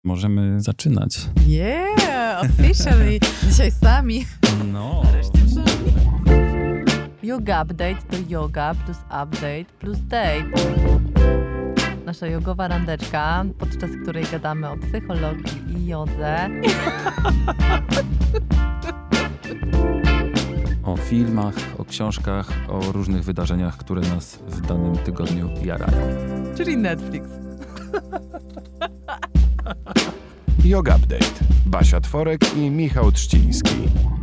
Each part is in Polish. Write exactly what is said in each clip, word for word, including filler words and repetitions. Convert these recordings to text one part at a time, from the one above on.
Możemy zaczynać. Yeah, officially. Dzisiaj sami. No. Yoga Update to yoga plus update plus date. Nasza jogowa randeczka, podczas której gadamy o psychologii i jodze. O filmach, o książkach, o różnych wydarzeniach, które nas w danym tygodniu jarają. Czyli Netflix. Yoga Update. Basia Tworek i Michał Trzciński.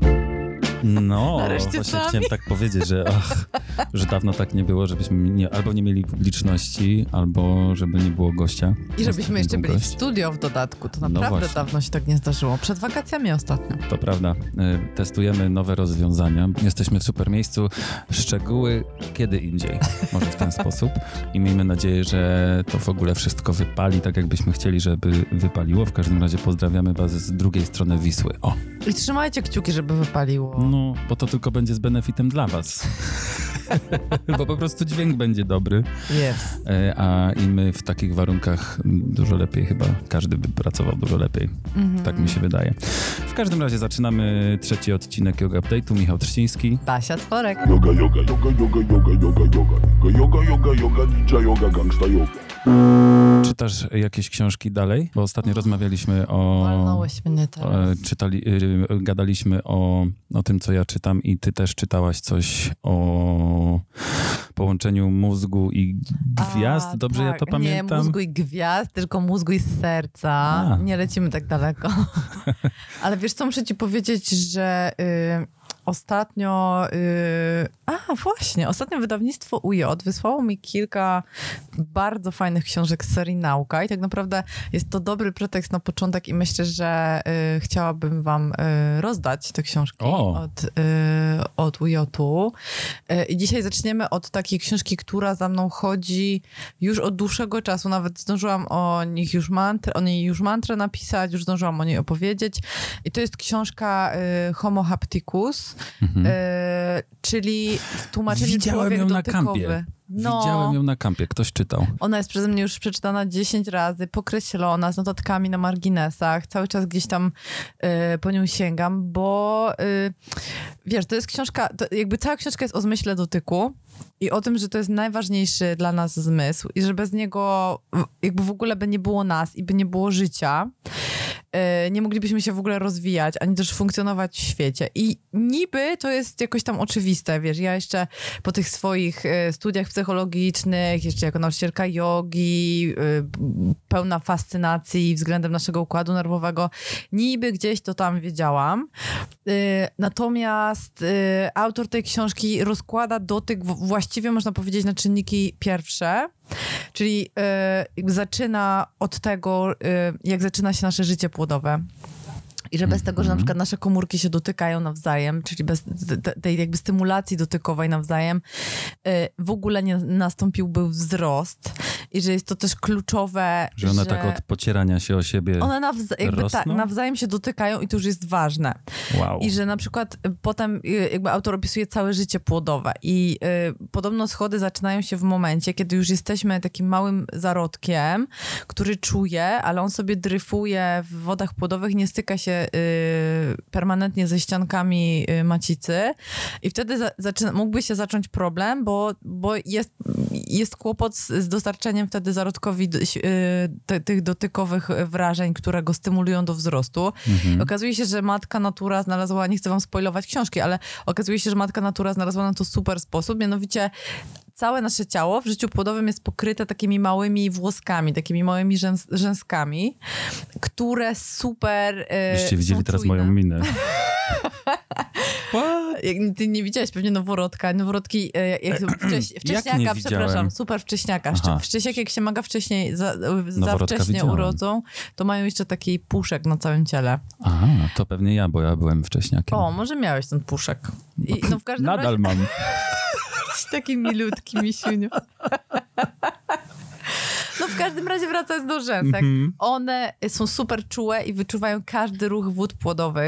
No, Nareszcie właśnie sami. chciałem tak powiedzieć, że, ach, że dawno tak nie było, żebyśmy nie, albo nie mieli publiczności, albo żeby nie było gościa. I żebyśmy jeszcze był byli w gość. studio w dodatku. To No naprawdę właśnie. dawno się tak nie zdarzyło. Przed wakacjami ostatnio. To prawda. Y, Testujemy nowe rozwiązania. Jesteśmy w super miejscu. Szczegóły kiedy indziej. Może w ten sposób. I miejmy nadzieję, że to w ogóle wszystko wypali tak, jakbyśmy chcieli, żeby wypaliło. W każdym razie pozdrawiamy was z drugiej strony Wisły. O, I trzymajcie kciuki, żeby wypaliło. no, bo to tylko będzie z benefitem dla was. Bo po prostu dźwięk będzie dobry. Jest. E, A i my w takich warunkach dużo lepiej chyba. Każdy by pracował dużo lepiej. Mhm. Tak mi się wydaje. W każdym razie zaczynamy trzeci odcinek Yoga Update'u. Michał Trzciński. Basia Tworek. Yoga, yoga, yoga, yoga, yoga, yoga, yoga, yoga, yoga, yoga, ninja yoga, gangsta yoga. Czytasz jakieś książki dalej? Bo ostatnio rozmawialiśmy o... Walnąłeś mnie o teraz. czytali, y, gadaliśmy o, o tym, co ja czytam i ty też czytałaś coś o połączeniu mózgu i gwiazd. A, Dobrze tak. ja to pamiętam? Nie mózgu i gwiazd, tylko mózgu i serca. A. Nie lecimy tak daleko. Ale wiesz co, muszę ci powiedzieć, że y, ostatnio... Y, a, właśnie. Ostatnio wydawnictwo U J wysłało mi kilka bardzo fajnych książek z serii Nauka i tak naprawdę jest to dobry pretekst na początek i myślę, że y, chciałabym wam y, rozdać te książki O. od, y, od U J-u. Y, I dzisiaj zaczniemy od takiej książki, która za mną chodzi już od dłuższego czasu. Nawet zdążyłam o nich już mantrę, o niej już mantrę napisać, już zdążyłam o niej opowiedzieć. I to jest książka y, Homo Hapticus, Mhm. y, czyli w tłumaczeniu Widziałem człowiek ją na dotykowy. kampie. No, Widziałem ją na kampie. Ktoś czytał. ona jest przeze mnie już przeczytana dziesięć razy, pokreślona, z notatkami na marginesach. Cały czas gdzieś tam y, po nią sięgam, bo y, wiesz, to jest książka, to jakby cała książka jest o zmyśle dotyku i o tym, że to jest najważniejszy dla nas zmysł i że bez niego w- jakby w ogóle by nie było nas i by nie było życia. Y, nie moglibyśmy się w ogóle rozwijać, ani też funkcjonować w świecie. I niby to jest jakoś tam oczywiste, wiesz, ja jeszcze po tych swoich y, studiach psychologicznych, jeszcze jako nauczycielka jogi, y, pełna fascynacji względem naszego układu nerwowego, niby gdzieś to tam wiedziałam. Y, natomiast y, autor tej książki rozkłada dotyk w- właściwie można powiedzieć na czynniki pierwsze, czyli y, jakby zaczyna od tego, y, jak zaczyna się nasze życie płodowe. I że bez tego, że na przykład nasze komórki się dotykają nawzajem, czyli bez te- tej jakby stymulacji dotykowej nawzajem, y, w ogóle nie nastąpiłby wzrost. I że jest to też kluczowe, Że one tak od pocierania się o siebie one nawza- jakby rosną? tak, nawzajem się dotykają i to już jest ważne. Wow. I że na przykład y, potem y, jakby autor opisuje całe życie płodowe i y, podobno schody zaczynają się w momencie, kiedy już jesteśmy takim małym zarodkiem, który czuje, ale on sobie dryfuje w wodach płodowych, nie styka się y, permanentnie ze ściankami y, macicy i wtedy za, zaczyna, mógłby się zacząć problem, bo, bo jest, jest kłopot z, z dostarczeniem wtedy zarodkowi do- y, te, tych dotykowych wrażeń, które go stymulują do wzrostu. Mhm. Okazuje się, że matka natura znalazła, nie chcę wam spoilować książki, ale okazuje się, że matka natura znalazła na to super sposób, mianowicie całe nasze ciało w życiu płodowym jest pokryte takimi małymi włoskami, takimi małymi rzęs- rzęskami, które super e, Byście widzieli są teraz czujne. moją minę. Jak ty nie widziałeś pewnie noworodka. Noworodki, e, jak wcześ, Jak wcześniaka, nie widziałem? przepraszam, super wcześniaka. Aha. Szcz- Wcześniak, jak się maga wcześniej, za, za Noworodka wcześnie widziałem. urodzą, to mają jeszcze taki puszek na całym ciele. Aha, to pewnie ja, bo ja byłem wcześniakiem. O, może miałeś ten puszek. I, no w każdym Nadal razie mam. jesteś taki milutki, misiuniu. No w każdym razie wracając do rzęsek. Mhm. One są super czułe i wyczuwają każdy ruch wód płodowych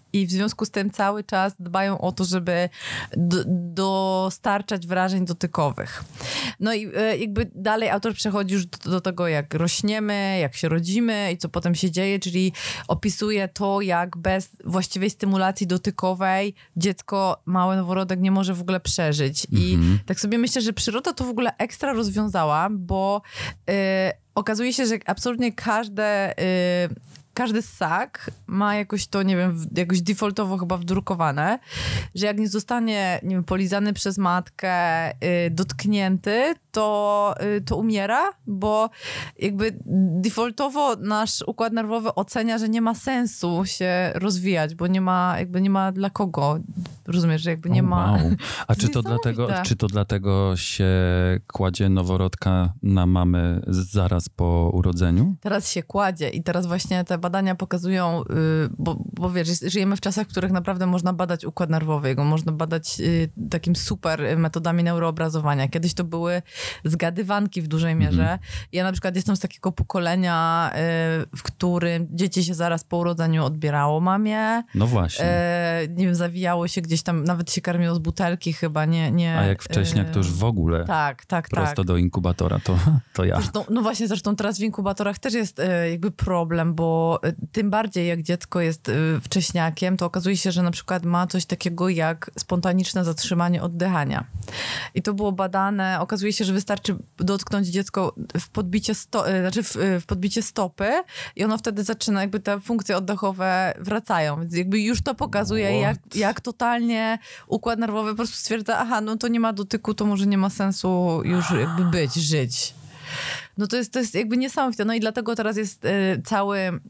i w związku z tym cały czas dbają o to, żeby do, dostarczać wrażeń dotykowych. No i jakby dalej autor przechodzi już do, do tego, jak rośniemy, jak się rodzimy i co potem się dzieje, czyli opisuje to, jak bez właściwej stymulacji dotykowej dziecko, mały noworodek nie może w ogóle przeżyć. I mhm. tak sobie myślę, że przyroda to w ogóle ekstra rozwiązała, bo y, okazuje się, że absolutnie każde... Y, Każdy ssak ma jakoś to, nie wiem, jakoś defaultowo chyba wdrukowane, że jak nie zostanie, nie wiem, polizany przez matkę, y, dotknięty, to, y, to umiera, bo jakby defaultowo nasz układ nerwowy ocenia, że nie ma sensu się rozwijać, bo nie ma, jakby nie ma dla kogo. Rozumiesz, że jakby nie oh, ma... Wow. A czy to, dlatego, czy to dlatego się kładzie noworodka na mamę zaraz po urodzeniu? Teraz się kładzie i teraz właśnie te badania pokazują, yy, bo, bo wiesz, żyjemy w czasach, w których naprawdę można badać układ nerwowy, go można badać yy, takim super metodami neuroobrazowania. Kiedyś to były zgadywanki w dużej mierze. Mm. Ja na przykład jestem z takiego pokolenia, yy, w którym dzieci się zaraz po urodzeniu odbierało mamie. No właśnie. Yy, nie wiem, zawijało się gdzieś tam, nawet się karmiło z butelki chyba, nie... nie A jak wcześniak, to już w ogóle tak, tak, prosto tak. do inkubatora, to, to ja. Zresztą, no właśnie, zresztą teraz w inkubatorach też jest yy, jakby problem, bo tym bardziej jak dziecko jest wcześniakiem, to okazuje się, że na przykład ma coś takiego jak spontaniczne zatrzymanie oddychania. I to było badane. Okazuje się, że wystarczy dotknąć dziecko w podbicie, sto, znaczy w, w podbicie stopy i ono wtedy zaczyna, jakby te funkcje oddechowe wracają. Więc jakby już to pokazuje, jak, jak totalnie układ nerwowy po prostu stwierdza, aha, no to nie ma dotyku, to może nie ma sensu już jakby być, żyć. No to jest, to jest jakby niesamowite. No i dlatego teraz jest y, cały, y,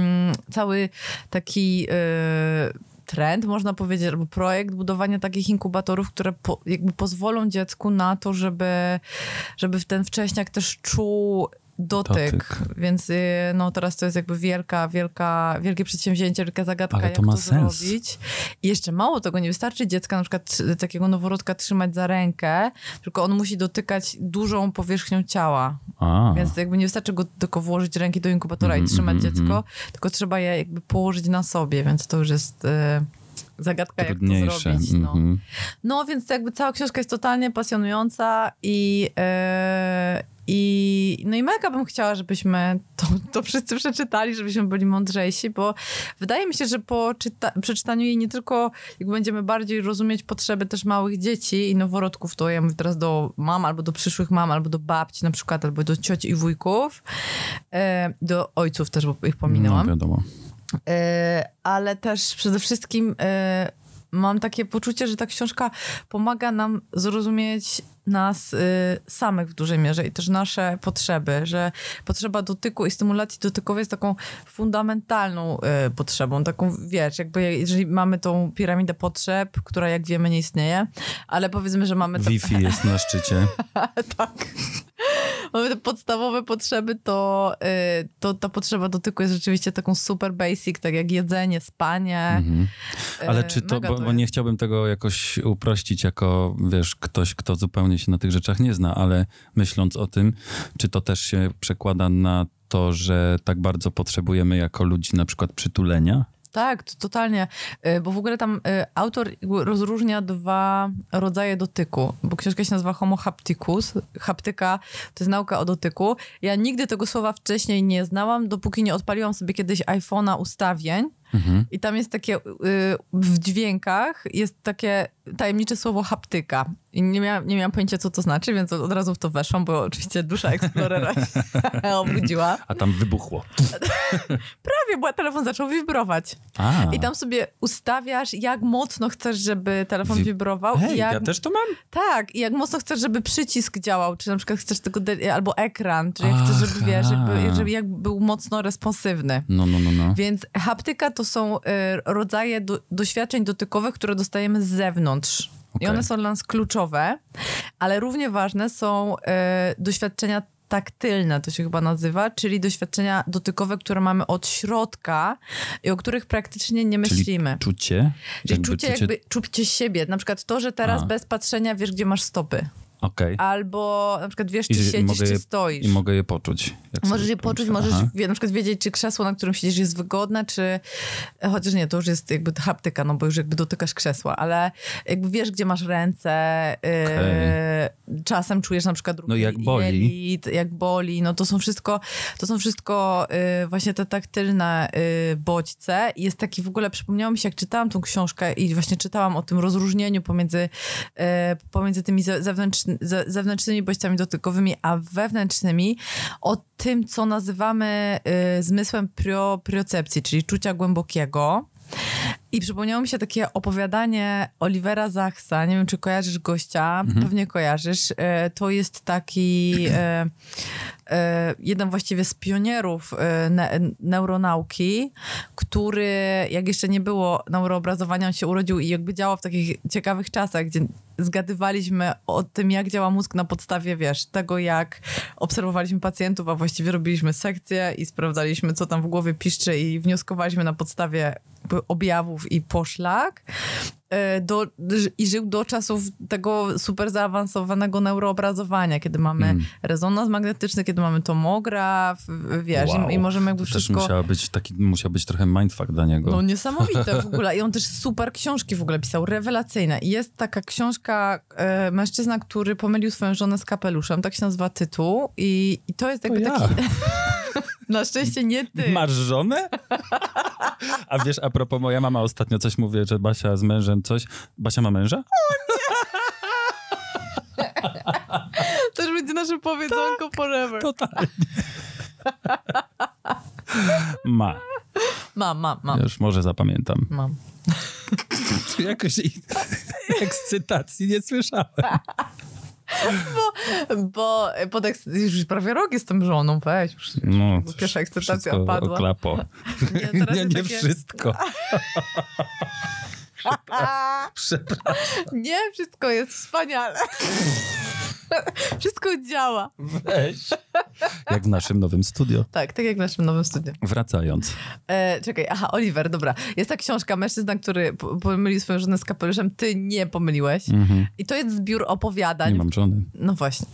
cały taki y, trend, można powiedzieć, albo projekt budowania takich inkubatorów, które po, jakby pozwolą dziecku na to, żeby, żeby ten wcześniak też czuł dotyk. dotyk. Więc no teraz to jest jakby wielka, wielka, wielkie przedsięwzięcie, wielka zagadka, ale to jak ma to sens. zrobić. I jeszcze mało tego, nie wystarczy dziecka na przykład takiego noworodka trzymać za rękę, tylko on musi dotykać dużą powierzchnią ciała. A. Więc jakby nie wystarczy go tylko włożyć ręki do inkubatora mm, i trzymać mm, dziecko, mm. tylko trzeba je jakby położyć na sobie, więc to już jest... Y- zagadka, jak to zrobić. No. Mm-hmm. no więc jakby cała książka jest totalnie pasjonująca i, yy, i no i mega bym chciała, żebyśmy to, to wszyscy przeczytali, żebyśmy byli mądrzejsi, bo wydaje mi się, że po czyta- przeczytaniu jej nie tylko jak będziemy bardziej rozumieć potrzeby też małych dzieci i noworodków, to ja mówię teraz do mam, albo do przyszłych mam, albo do babci na przykład, albo do cioci i wujków, yy, do ojców też, bo ich pominęłam. No wiadomo. Yy, ale też przede wszystkim yy, mam takie poczucie, że ta książka pomaga nam zrozumieć nas y, samych w dużej mierze i też nasze potrzeby, że potrzeba dotyku i stymulacji dotykowej jest taką fundamentalną y, potrzebą, taką, wiesz, jakby jeżeli mamy tą piramidę potrzeb, która jak wiemy nie istnieje, ale powiedzmy, że mamy... To... Wi-Fi jest na szczycie. tak. Mamy te podstawowe potrzeby, to, y, to ta potrzeba dotyku jest rzeczywiście taką super basic, tak jak jedzenie, spanie. Mhm. Ale czy to, bo, bo nie chciałbym tego jakoś uprościć jako, wiesz, ktoś, kto zupełnie się na tych rzeczach nie zna, ale myśląc o tym, czy to też się przekłada na to, że tak bardzo potrzebujemy jako ludzi na przykład przytulenia? Tak, to totalnie, bo w ogóle tam autor rozróżnia dwa rodzaje dotyku, bo książka się nazywa Homo hapticus. Haptyka to jest nauka o dotyku. Ja nigdy tego słowa wcześniej nie znałam, dopóki nie odpaliłam sobie kiedyś iPhone'a ustawień. Mhm. I tam jest takie, y, w dźwiękach jest takie tajemnicze słowo haptyka. I nie miałam, nie miałam pojęcia, co to znaczy, więc od razu w to weszłam, bo oczywiście dusza Explorera się obudziła. A tam wybuchło. Prawie, bo telefon zaczął wibrować. A. I tam sobie ustawiasz, jak mocno chcesz, żeby telefon Wi- wibrował. Hej, i jak, ja też to mam? Tak, i jak mocno chcesz, żeby przycisk działał, czy na przykład chcesz tego, de- albo ekran, czy jak Aha. chcesz, żeby, wiesz, żeby, żeby jak był mocno responsywny. No, no, no, no. Więc haptyka to są y, rodzaje do, doświadczeń dotykowych, które dostajemy z zewnątrz. Okay. I one są dla nas kluczowe, ale równie ważne są y, doświadczenia taktylne, to się chyba nazywa, czyli doświadczenia dotykowe, które mamy od środka i o których praktycznie nie myślimy. Czyli czucie? Czyli jakby czucie, czucie... jakby czucie siebie. Na przykład to, że teraz A. bez patrzenia wiesz, gdzie masz stopy. Okej. Albo na przykład wiesz, czy I siedzisz, mogę czy je- stoisz. I mogę je poczuć. jak Możesz sobie je poczuć, pomyślę. możesz Aha. wie, na przykład wiedzieć, czy krzesło, na którym siedzisz, jest wygodne, czy... Chociaż nie, to już jest jakby haptyka, no bo już jakby dotykasz krzesła, ale jakby wiesz, gdzie masz ręce, yy, czasem czujesz na przykład ruchy No jak boli. jelit, jak boli, no to są wszystko, to są wszystko yy, właśnie te taktylne yy, bodźce i jest taki w ogóle, przypomniało mi się, jak czytałam tą książkę i właśnie czytałam o tym rozróżnieniu pomiędzy, yy, pomiędzy tymi ze- zewnętrzny, ze- zewnętrznymi bodźcami dotykowymi, a wewnętrznymi, o tym, co nazywamy y, zmysłem propriocepcji, czyli czucia głębokiego. I przypomniało mi się takie opowiadanie Olivera Sachsa, nie wiem, czy kojarzysz gościa, Mhm. pewnie kojarzysz. E, To jest taki e, e, jeden właściwie z pionierów e, ne, neuronauki, który, jak jeszcze nie było neuroobrazowania, on się urodził i jakby działał w takich ciekawych czasach, gdzie zgadywaliśmy o tym, jak działa mózg na podstawie, wiesz, tego, jak obserwowaliśmy pacjentów, a właściwie robiliśmy sekcje i sprawdzaliśmy, co tam w głowie piszczy i wnioskowaliśmy na podstawie jakby objawów i poszlak. e, Do, I żył do czasów tego super zaawansowanego neuroobrazowania, kiedy mamy Mm. rezonans magnetyczny, kiedy mamy tomograf, wiesz, Wow. i, i możemy jakby To też wszystko... musiała być taki, musiał być trochę mindfuck dla niego. No niesamowite w ogóle. I on też super książki w ogóle pisał, rewelacyjne. I jest taka książka, e, mężczyzna, który pomylił swoją żonę z kapeluszem, tak się nazywa tytuł. I, i to jest jakby ja. taki... Na szczęście nie ty. Masz żonę? A wiesz, a propos, moja mama ostatnio coś mówi, że Basia z mężem coś... Basia ma męża? To już będzie nasze powiedzonko forever. Totalnie. Ma. Mam, mam, mam. Już może zapamiętam. Mam. Jakoś ekscytacji nie słyszałem. Bo po eks- już prawie rok jestem żoną, weź. Już, No, już pierwsza ekscytacja wszystko padła. oklapo. Nie, teraz Nie, jest nie takie- wszystko. Przepraszam. Nie, wszystko jest wspaniale. Wszystko działa. Weź. Jak w naszym nowym studio. Tak, tak jak w naszym nowym studiu. Wracając. E, czekaj, aha, Oliver, dobra. Jest ta książka, mężczyzna, który po- pomylił swoją żonę z kapeluszem, ty nie pomyliłeś. Mhm. I to jest zbiór opowiadań. Nie mam żony. No właśnie.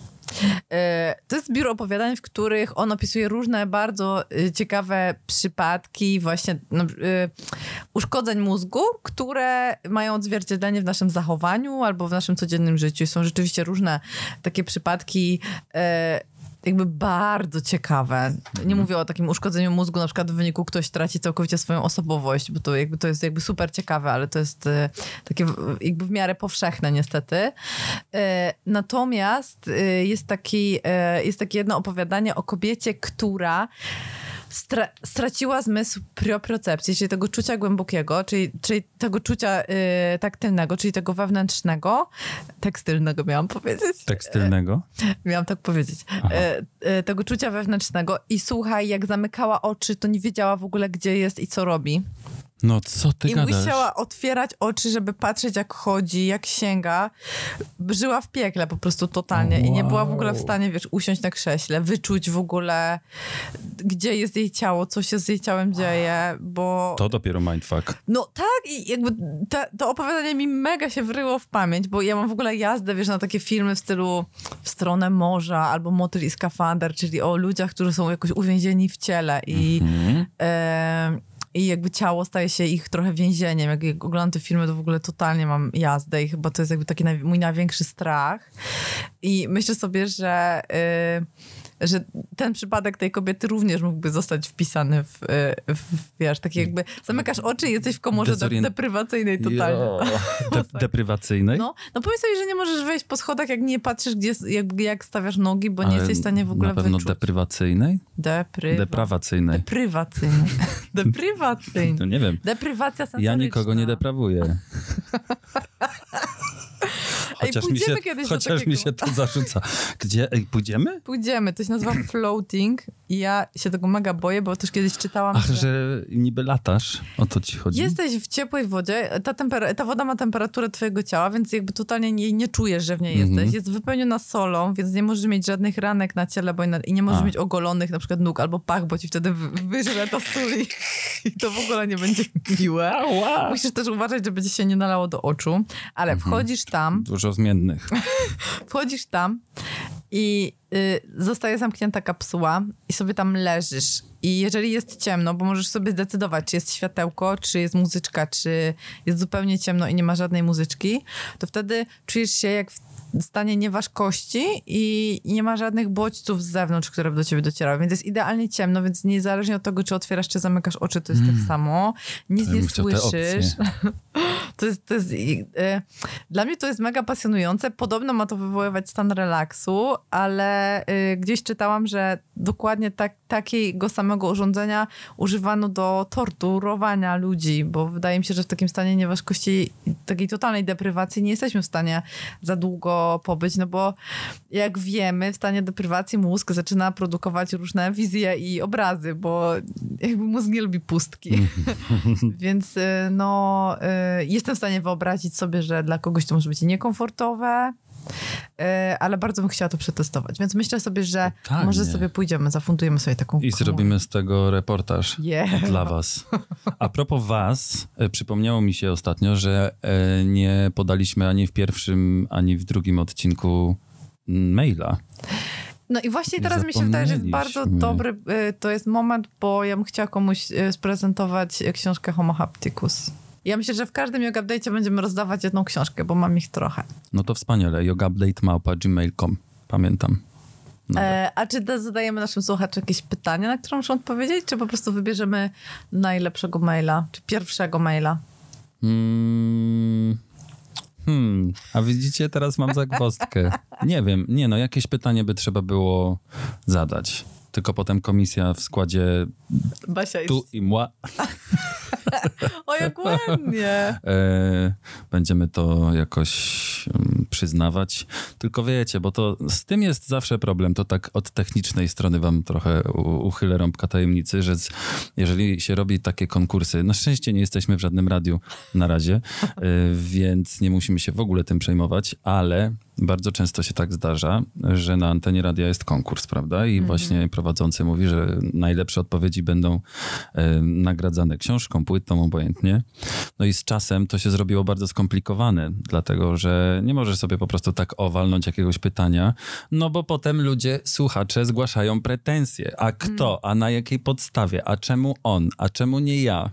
E, To jest zbiór opowiadań, w których on opisuje różne bardzo e, ciekawe przypadki właśnie no, e, uszkodzeń mózgu, które mają odzwierciedlenie w naszym zachowaniu albo w naszym codziennym życiu. I są rzeczywiście różne takie przypadki e, jakby bardzo ciekawe. Nie mówię o takim uszkodzeniu mózgu, na przykład w wyniku ktoś traci całkowicie swoją osobowość, bo to jakby to jest jakby super ciekawe, ale to jest e, takie w- jakby w miarę powszechne niestety. E, Natomiast e, jest taki, e, jest takie jedno opowiadanie o kobiecie, która stra- straciła zmysł propriocepcji, czyli tego czucia głębokiego, czyli, czyli tego czucia y, taktylnego, czyli tego wewnętrznego, tekstylnego miałam powiedzieć. Tekstylnego. Miałam tak powiedzieć. E, e, tego czucia wewnętrznego i słuchaj, jak zamykała oczy, to nie wiedziała w ogóle, gdzie jest i co robi. No co ty I gadasz? musiała otwierać oczy, żeby patrzeć, jak chodzi, jak sięga. Żyła w piekle po prostu totalnie i nie była w ogóle w stanie, wiesz, usiąść na krześle, wyczuć w ogóle, gdzie jest jej ciało, co się z jej ciałem dzieje, bo... To dopiero mindfuck. No tak i jakby te, to opowiadanie mi mega się wryło w pamięć, bo ja mam w ogóle jazdę, wiesz, na takie filmy w stylu W stronę morza albo Motyl i skafander, czyli o ludziach, którzy są jakoś uwięzieni w ciele i... Mhm. E, I jakby ciało staje się ich trochę więzieniem. Jak, jak oglądam te filmy, to w ogóle totalnie mam jazdę i chyba to jest jakby taki naj, mój największy strach. I myślę sobie, że, y, że ten przypadek tej kobiety również mógłby zostać wpisany w, y, w wiesz, takie jakby zamykasz oczy i jesteś w komorze de- Dezorient- deprywacyjnej totalnie. Jo. De- deprywacyjnej? No, no powiedz sobie, że nie możesz wejść po schodach, jak nie patrzysz, gdzie, jak, jak stawiasz nogi, bo nie Ale jesteś w stanie w ogóle na pewno wyczuć. deprywacyjnej? Deprywa. Deprawacyjnej. Deprywacyjnej. Deprywacyjnej. To nie wiem. Deprywacja sensoryczna. Ja nikogo nie deprawuję. Ej, Chociaż mi się, pójdziemy kiedyś do chociaż mi takiego. się to zarzuca. Gdzie? Ej, pójdziemy? Pójdziemy, to się nazywa floating i ja się tego mega boję, bo też kiedyś czytałam, Ach, że... że niby latasz, o to ci chodzi? Jesteś w ciepłej wodzie, ta, tempera- ta woda ma temperaturę twojego ciała, więc jakby totalnie nie, nie czujesz, że w niej Mhm. jesteś. Jest wypełniona solą, więc nie możesz mieć żadnych ranek na ciele, bo i nie możesz A. mieć ogolonych na przykład nóg albo pach, bo ci wtedy wy- wyżre to sól i to w ogóle nie będzie miłe. Ała. Musisz też uważać, żeby ci się nie nalało do oczu, ale Mhm. wchodzisz tam, Dużo zmiennych. wchodzisz tam i y, zostaje zamknięta kapsuła i sobie tam leżysz. I jeżeli jest ciemno, bo możesz sobie zdecydować, czy jest światełko, czy jest muzyczka, czy jest zupełnie ciemno i nie ma żadnej muzyczki, to wtedy czujesz się jak w stanie nieważkości i nie ma żadnych bodźców z zewnątrz, które by do ciebie docierały. Więc jest idealnie ciemno, więc niezależnie od tego, czy otwierasz, czy zamykasz oczy, to jest Mm. tak samo. Nic To ja nie bym chciał te słyszysz. opcje. To jest, to jest, y, dla mnie to jest mega pasjonujące. Podobno ma to wywoływać stan relaksu, ale y, gdzieś czytałam, że dokładnie tak, takiego samego urządzenia używano do torturowania ludzi, bo wydaje mi się, że w takim stanie nieważkości, takiej totalnej deprywacji nie jesteśmy w stanie za długo pobyć, no bo jak wiemy, w stanie deprywacji mózg zaczyna produkować różne wizje i obrazy, bo jakby mózg nie lubi pustki. Więc y, no, y, jestem w stanie wyobrazić sobie, że dla kogoś to może być niekomfortowe, y, ale bardzo bym chciała to przetestować. Więc myślę sobie, że Totalnie. może sobie pójdziemy, zafundujemy sobie taką I komórkę. zrobimy z tego reportaż Yeah. dla was. A propos was, e, przypomniało mi się ostatnio, że e, nie podaliśmy ani w pierwszym, ani w drugim odcinku maila. No i właśnie Nie teraz mi się wydaje, że jest bardzo zapomnieliśmy. dobry, y, to jest moment, bo ja bym chciała komuś y, sprezentować y, książkę Homo Hapticus. Ja myślę, że w każdym Yoga Update'cie będziemy rozdawać jedną książkę, bo mam ich trochę. No to wspaniale. yogaupdate małpa gmail kropka com. Pamiętam. No. E, a czy da- zadajemy naszym słuchaczom jakieś pytania, na które muszą odpowiedzieć, czy po prostu wybierzemy najlepszego maila, czy pierwszego maila? Mm, hmm, a widzicie, teraz mam zagwozdkę. Nie wiem, nie no, jakieś pytanie by trzeba było zadać. Tylko potem komisja w składzie Basia jest... tu i mła. O, jak ładnie! E, będziemy to jakoś um, przyznawać. Tylko wiecie, bo to z tym jest zawsze problem. To tak od technicznej strony wam trochę u, uchylę rąbka tajemnicy, że z, jeżeli się robi takie konkursy, na szczęście nie jesteśmy w żadnym radiu na razie, e, więc nie musimy się w ogóle tym przejmować, ale bardzo często się tak zdarza, że na antenie radia jest konkurs, prawda? I właśnie prowadzący mówi, że najlepsze odpowiedzi będą e, nagradzane książką, płytą, obojętnie. No i z czasem to się zrobiło bardzo skomplikowane, dlatego że nie możesz sobie po prostu tak owalnąć jakiegoś pytania, no bo potem ludzie, słuchacze zgłaszają pretensje. A kto? A na jakiej podstawie? A czemu on? A czemu nie ja?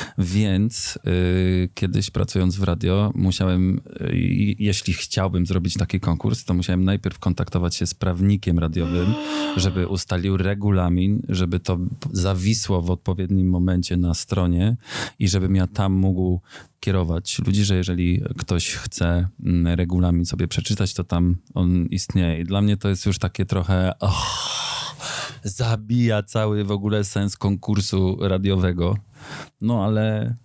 Więc y, kiedyś pracując w radio musiałem, y, jeśli chciałbym zrobić taki konkurs, to musiałem najpierw kontaktować się z prawnikiem radiowym, żeby ustalił regulamin, żeby to zawisło w odpowiednim momencie na stronie i żebym ja tam mógł kierować ludzi, że jeżeli ktoś chce mm, regulamin sobie przeczytać, to tam on istnieje. I dla mnie to jest już takie trochę oh, zabija cały w ogóle sens konkursu radiowego. No ale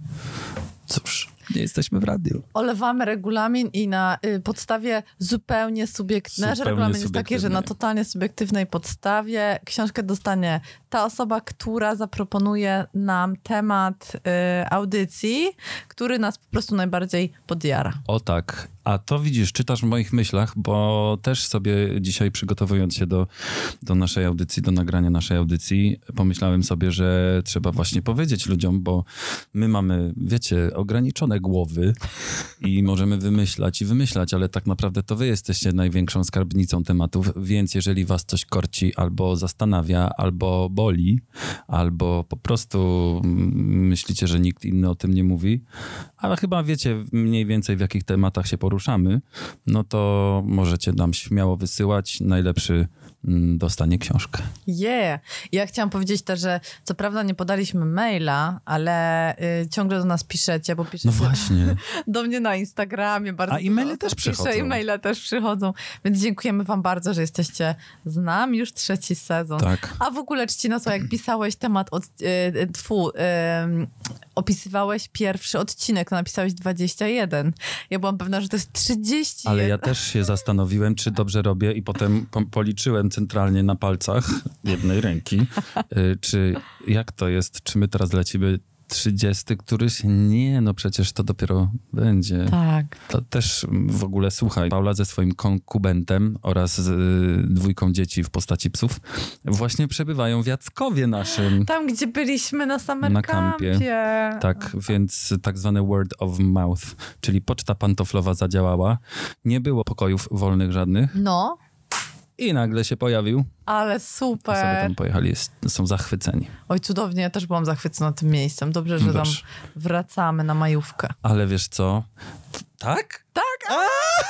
cóż, nie jesteśmy w radiu. Olewamy regulamin i na y, podstawie zupełnie subiektywnej. Nasz Zupełnie regulamin jest taki, że na subiektywnej. totalnie subiektywnej podstawie książkę dostanie ta osoba, która zaproponuje nam temat y, audycji, który nas po prostu najbardziej podjara. O tak. A to widzisz, czytasz w moich myślach, bo też sobie dzisiaj przygotowując się do, do naszej audycji, do nagrania naszej audycji, pomyślałem sobie, że trzeba właśnie powiedzieć ludziom, bo my mamy, wiecie, ograniczone głowy i możemy wymyślać i wymyślać, ale tak naprawdę to wy jesteście największą skarbnicą tematów, więc jeżeli was coś korci albo zastanawia, albo boli, albo po prostu myślicie, że nikt inny o tym nie mówi, ale chyba wiecie mniej więcej w jakich tematach się poruszamy, no to możecie nam śmiało wysyłać. Najlepszy mm, dostanie książkę. Yeah. Ja chciałam powiedzieć też, że co prawda nie podaliśmy maila, ale y, ciągle do nas piszecie, bo piszecie No właśnie. do mnie na Instagramie. Bardzo A e-maile dużo też osób pisze, przychodzą. E-maile też przychodzą, więc dziękujemy wam bardzo, że jesteście z nami już trzeci sezon. Tak. A w ogóle czci nas, jak pisałeś temat od, y, tfu, y, opisywałeś pierwszy odcinek, to napisałeś dwadzieścia jeden. Ja byłam pewna, że to jest trzydzieści jeden. Ale ja też się zastanowiłem, czy dobrze robię i potem po- policzyłem centralnie na palcach jednej ręki, y, czy jak to jest, czy my teraz lecimy trzydziesty któryś? Nie, no przecież to dopiero będzie. Tak. To też w ogóle, słuchaj, Paula ze swoim konkubentem oraz z y, dwójką dzieci w postaci psów właśnie przebywają w Jackowie naszym. Tam, gdzie byliśmy na summer Na kampie. campie. Tak, więc tak zwane word of mouth, czyli poczta pantoflowa zadziałała. Nie było pokojów wolnych żadnych No, i nagle się pojawił. ale I sobie super. tam pojechali, jest, są zachwyceni. Oj, cudownie, ja też byłam zachwycona tym miejscem. Dobrze, że tam Też. wracamy na majówkę. Ale wiesz co? Tak? Tak!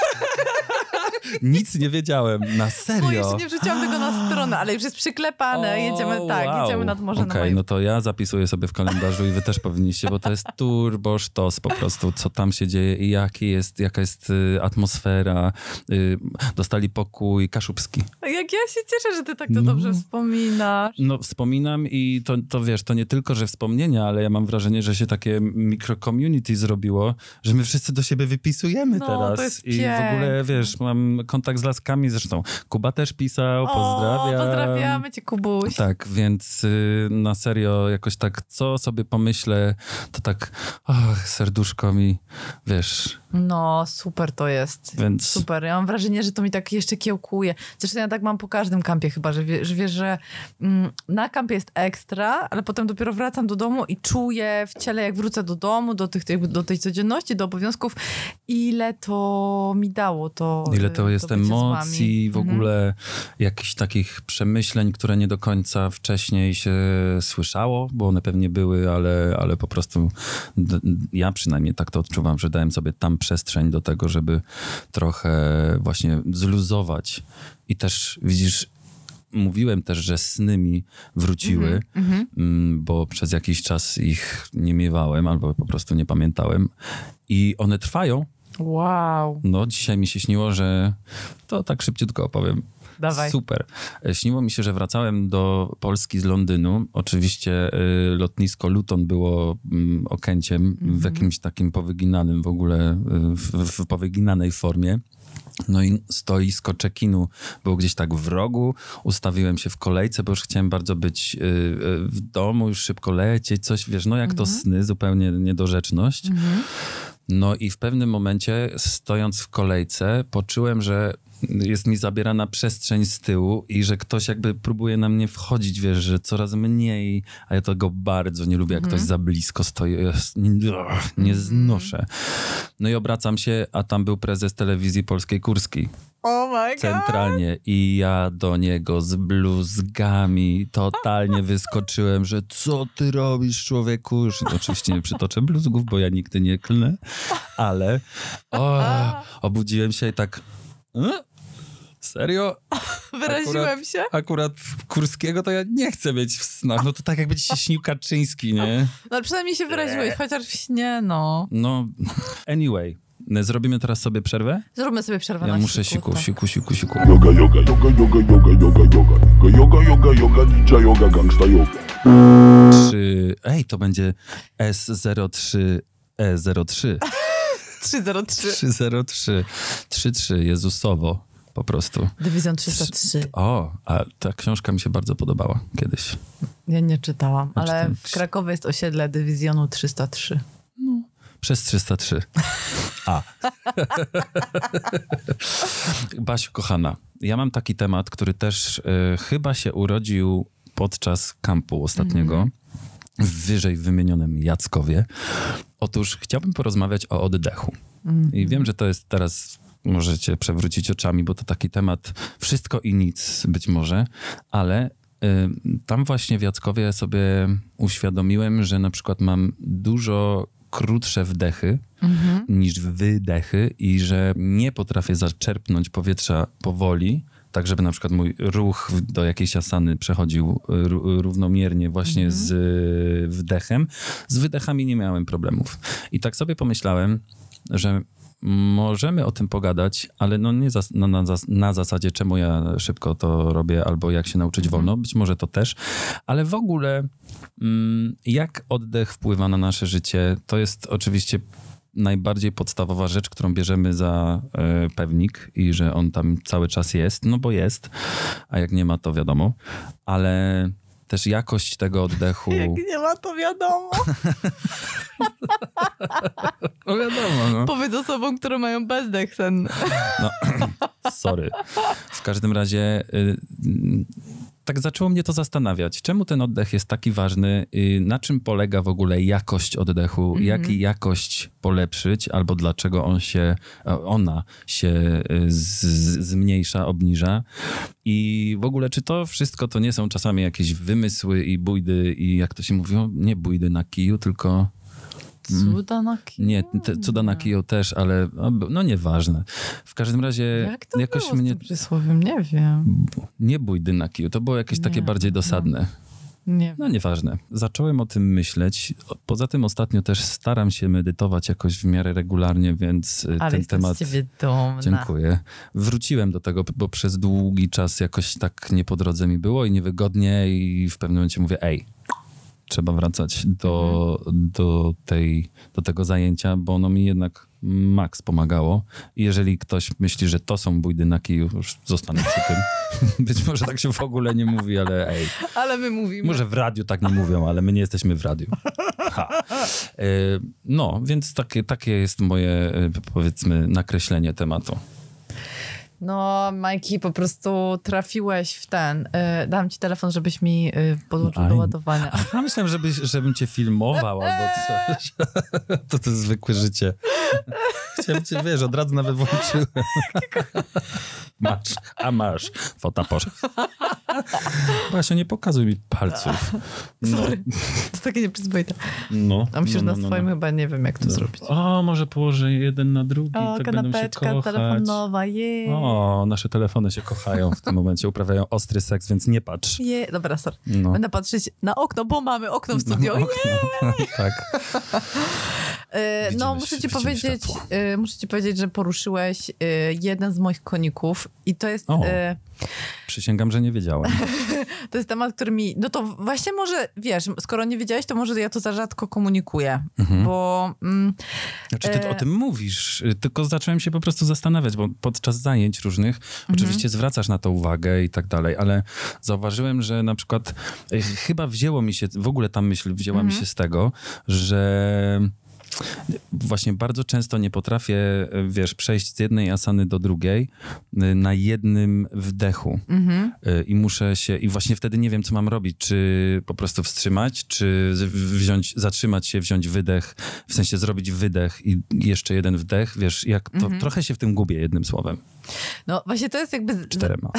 Nic nie wiedziałem, na No serio. jeszcze nie wrzuciłam tego na stronę, ale już jest przyklepane. O, jedziemy tak, wow. jedziemy nad morze Okej, na majówkę. no to ja zapisuję sobie w kalendarzu i wy też powinniście, bo to jest turbo sztos po prostu, co tam się dzieje i jaki jest, jaka jest y, atmosfera. Y, dostali pokój kaszubski. Jak ja się cieszę, że ty tak to No. dobrze wspominasz. No wspominam i to, to wiesz, to nie tylko, że wspomnienia, ale ja mam wrażenie, że się takie mikro-community zrobiło, że my wszyscy do siebie wypisujemy No, teraz. to jest I w ogóle, wiesz, mam kontakt z laskami, zresztą Kuba też pisał, pozdrawiam. O, pozdrawiamy cię, Kubuś. Tak, więc y, na serio jakoś tak, co sobie pomyślę, to tak, och, serduszko mi, wiesz, No, super to jest. więc... Super. Ja mam wrażenie, że to mi tak jeszcze kiełkuje. Zresztą ja tak mam po każdym kampie chyba, że, wie, że wiesz, że mm, na kampie jest ekstra, ale potem dopiero wracam do domu i czuję w ciele, jak wrócę do domu, do, tych, jakby do tej codzienności, do obowiązków, ile to mi dało to. Ile to jest bycie z wami. emocji, w Mhm. ogóle jakichś takich przemyśleń, które nie do końca wcześniej się słyszało, bo one pewnie były, ale, ale po prostu d- ja przynajmniej tak to odczuwam, że dałem sobie tam przestrzeń do tego, żeby trochę właśnie zluzować. I też widzisz, mówiłem też, że sny mi wróciły, Mhm. mm, bo przez jakiś czas ich nie miewałem albo po prostu nie pamiętałem. I one trwają. Wow. No, dzisiaj mi się śniło, że to tak szybciutko opowiem. Dawaj. Super. E, Śniło mi się, że wracałem do Polski z Londynu. Oczywiście y, lotnisko Luton było mm, Okęciem w jakimś takim powyginanym w ogóle, y, w, w powyginanej formie. No i stoisko check-inu było gdzieś tak w rogu. Ustawiłem się w kolejce, bo już chciałem bardzo być y, y, w domu, już szybko lecieć, coś, wiesz, no jak to sny, zupełnie niedorzeczność. No i w pewnym momencie, stojąc w kolejce, poczułem, że jest mi zabierana przestrzeń z tyłu i że ktoś jakby próbuje na mnie wchodzić, wiesz, że coraz mniej, a ja tego bardzo nie lubię, jak ktoś za blisko stoi. Ja nie, nie znoszę. No i obracam się, a tam był prezes telewizji polskiej Kurski. Oh my god. Centralnie i ja do niego z bluzgami totalnie wyskoczyłem, że co ty robisz, człowieku? Już oczywiście nie przytoczę bluzgów, bo ja nigdy nie klnę, ale o, obudziłem się i tak e? Serio? Wyraziłem Akurat- się? Akurat Kurskiego to ja nie chcę mieć w snach. No to tak jakby ci się śnił Kaczyński, nie? No ale przynajmniej się wyraziłeś, chociaż w śnie, no. No, anyway. Zrobimy teraz sobie przerwę? Zróbmy sobie przerwę Ja na muszę siku, siku, tak. siku, siku, siku. Yoga, yoga, yoga, yoga, yoga, yoga, yoga. Yoga, yoga, yoga, ninja yoga, gangsta yoga. Trzy... Ej, to będzie S zero trzy E zero trzy. trzy zero trzy. trzy zero trzy. trzy trzy, Jezusowo po prostu. Dywizjon trzysta trzy. O, a ta książka mi się bardzo podobała kiedyś. Ja nie czytałam, ale czytałem. w Krakowie jest osiedle Dywizjonu trzysta trzy. Przez trzysta trzy. A. Basiu, kochana, ja mam taki temat, który też y, chyba się urodził podczas kampu ostatniego, w wyżej wymienionym Jackowie. Otóż chciałbym porozmawiać o oddechu. I wiem, że to jest teraz, możecie przewrócić oczami, bo to taki temat wszystko i nic być może, ale y, tam właśnie w Jackowie sobie uświadomiłem, że na przykład mam dużo krótsze wdechy Mhm. niż wydechy i że nie potrafię zaczerpnąć powietrza powoli, tak żeby na przykład mój ruch do jakiejś asany przechodził r- równomiernie właśnie Mhm. z y, wdechem. Z wydechami nie miałem problemów. I tak sobie pomyślałem, że możemy o tym pogadać, ale no nie zas- na, na, na zasadzie, czemu ja szybko to robię, albo jak się nauczyć wolno, być może to też, ale w ogóle mm, jak oddech wpływa na nasze życie, to jest oczywiście najbardziej podstawowa rzecz, którą bierzemy za e, pewnik i że on tam cały czas jest, no bo jest, a jak nie ma, to wiadomo, ale też jakość tego oddechu... Jak nie ma, to wiadomo. No wiadomo, no. Powiedz osobom, które mają bezdech senny. No, sorry. W każdym razie y, y, tak zaczęło mnie to zastanawiać. Czemu ten oddech jest taki ważny? Y, na czym polega w ogóle jakość oddechu? Mm-hmm. Jak jakość polepszyć? Albo dlaczego on się, ona się y, z, zmniejsza, obniża? I w ogóle czy to wszystko to nie są czasami jakieś wymysły i bójdy i jak to się mówiło? Nie bójdy na kiju, tylko... Cuda na kiju? Nie, te, cuda na kiju też, ale no nieważne. W każdym razie Jak to jakoś było mnie... z tym przysłowiem? Nie wiem. Nie bójdy na kiju, to było jakieś Nie, takie bardziej dosadne. Nie wiem. No nieważne. Zacząłem o tym myśleć. Poza tym ostatnio też staram się medytować jakoś w miarę regularnie, więc Ale ten jestem temat... z ciebie dumna. Dziękuję. Wróciłem do tego, bo przez długi czas jakoś tak nie po drodze mi było i niewygodnie i w pewnym momencie mówię, ej, trzeba wracać do, mhm. do, tej, do tego zajęcia, bo ono mi jednak max pomagało. I jeżeli ktoś myśli, że to są bójdy na kiju, już zostanę przy tym. Być może tak się w ogóle nie mówi, ale ej. Ale my mówimy. Może w radiu tak nie mówią, ale my nie jesteśmy w radiu. Ha. No, więc takie, takie jest moje, powiedzmy, nakreślenie tematu. No, Majki, po prostu trafiłeś w ten. Y, dam ci telefon, żebyś mi y, podłączył Aj. do ładowania. Ja myślałem, żebyś, żebym cię filmował albo coś. To to jest zwykłe życie. Chciałem cię, wiesz, od razu nawet włączyłem. Masz, a masz. Fota poszła. Basia, nie pokazuj mi palców. No. Sorry. To jest takie nieprzyzwoite. No, A myślę, no, że no, na no, swoim no. chyba nie wiem, jak to No. zrobić. O, może położę jeden na drugi, O, tak będą się kanapeczka kochać. telefonowa, je. O, nasze telefony się kochają w tym momencie, uprawiają ostry seks, więc nie patrz. Je. Dobra, sorry. No. Będę patrzeć na okno, bo mamy okno w studio. No, okno. Tak. E, Widzimy, no, muszę ci widzimy powiedzieć, światło. e, muszę ci powiedzieć, że poruszyłeś e, jeden z moich koników i to jest, O. e, Przysięgam, że nie wiedziałem. to jest temat, który mi, no to właśnie może, wiesz, skoro nie wiedziałeś, to może ja to za rzadko komunikuję, Mhm. bo... Mm, Znaczy ty E. o tym mówisz, tylko zacząłem się po prostu zastanawiać, bo podczas zajęć różnych Mhm. oczywiście zwracasz na to uwagę i tak dalej, ale zauważyłem, że na przykład e, chyba wzięło mi się, w ogóle ta myśl wzięła Mhm. mi się z tego, że właśnie bardzo często nie potrafię, wiesz, przejść z jednej asany do drugiej y, na jednym wdechu. mhm. Y, I muszę się, i właśnie wtedy nie wiem, co mam robić. Czy po prostu wstrzymać, czy z- wziąć, zatrzymać się, wziąć wydech, w sensie zrobić wydech i jeszcze jeden wdech. Wiesz, jak to Mhm. trochę się w tym gubię jednym słowem. No właśnie to jest jakby... Czterema.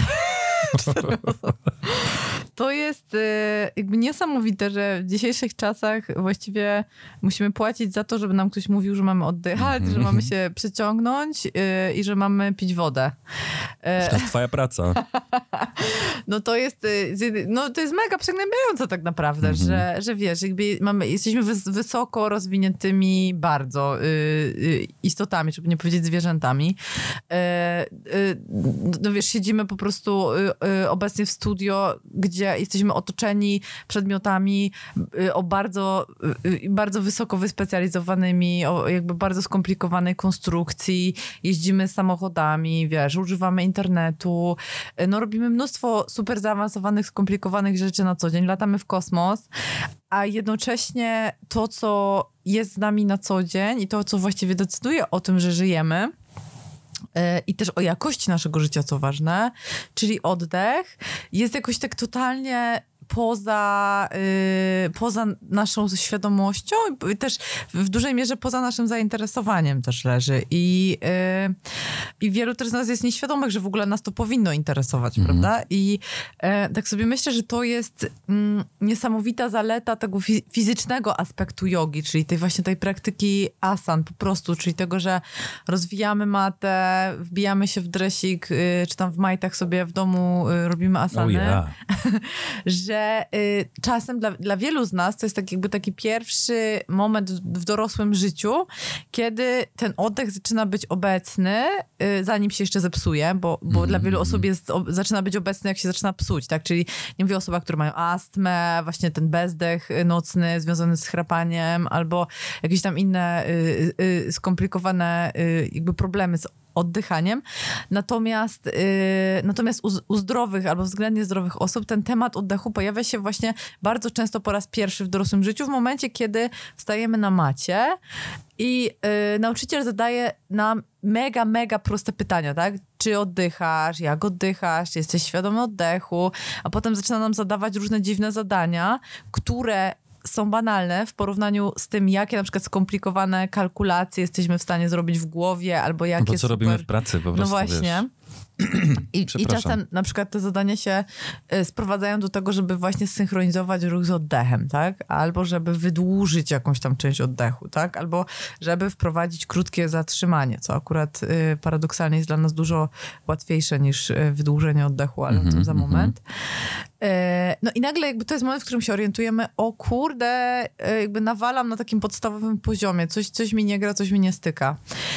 To jest e, jakby niesamowite, że w dzisiejszych czasach właściwie musimy płacić za to, żeby nam ktoś mówił, że mamy oddychać, że mamy się przyciągnąć e, i że mamy pić wodę. E, To jest twoja praca. no to jest e, z jednej- no to jest mega przygnębiające tak naprawdę, Mhm. że, że wiesz, jakby mamy, jesteśmy wys, wysoko rozwiniętymi bardzo y, y, istotami, żeby nie powiedzieć zwierzętami. E, y, no wiesz, siedzimy po prostu y, y, obecnie w studio, gdzie jesteśmy otoczeni przedmiotami y, o bardzo, y, y, bardzo wysoko wyspecjalizowanymi, o jakby bardzo skomplikowanej konstrukcji. Jeździmy samochodami, wiesz, używamy internetu, y, no robimy mnóstwo super zaawansowanych, skomplikowanych rzeczy na co dzień, latamy w kosmos, a jednocześnie to, co jest z nami na co dzień i to, co właściwie decyduje o tym, że żyjemy, e, i też o jakości naszego życia, co ważne, czyli oddech, jest jakoś tak totalnie poza, y, poza naszą świadomością i też w dużej mierze poza naszym zainteresowaniem też leży. I, y, i wielu też z nas jest nieświadomych, że w ogóle nas to powinno interesować, Mhm. prawda? I e, tak sobie myślę, że to jest mm, niesamowita zaleta tego fi- fizycznego aspektu jogi, czyli tej właśnie tej praktyki asan po prostu, czyli tego, że rozwijamy matę, wbijamy się w dresik, y, czy tam w majtach sobie w domu y, robimy Oh asany, yeah. że że y, czasem dla, dla wielu z nas to jest tak jakby taki pierwszy moment w dorosłym życiu, kiedy ten oddech zaczyna być obecny, y, zanim się jeszcze zepsuje, bo, bo mm. dla wielu osób jest, o, zaczyna być obecny, jak się zaczyna psuć, tak? Czyli nie mówię o osobach, które mają astmę, właśnie ten bezdech nocny związany z chrapaniem, albo jakieś tam inne y, y, skomplikowane y, jakby problemy z oddychaniem. Natomiast, yy, natomiast u, u zdrowych albo względnie zdrowych osób ten temat oddechu pojawia się właśnie bardzo często po raz pierwszy w dorosłym życiu, w momencie, kiedy stajemy na macie i yy, nauczyciel zadaje nam mega, mega proste pytania, tak? Czy oddychasz? Jak oddychasz? Czy jesteś świadomy oddechu? A potem zaczyna nam zadawać różne dziwne zadania, które są banalne w porównaniu z tym, jakie na przykład skomplikowane kalkulacje jesteśmy w stanie zrobić w głowie, albo jakie Bo co super... robimy w pracy po prostu, No właśnie. I, I czasem na przykład te zadania się y, sprowadzają do tego, żeby właśnie zsynchronizować ruch z oddechem, tak? Albo żeby wydłużyć jakąś tam część oddechu, tak? Albo żeby wprowadzić krótkie zatrzymanie, co akurat y, paradoksalnie jest dla nas dużo łatwiejsze niż y, wydłużenie oddechu, ale mm-hmm, o tym za moment. Y, no i nagle jakby to jest moment, w którym się orientujemy, o kurde, y, jakby nawalam na takim podstawowym poziomie, coś, coś mi nie gra, coś mi nie styka.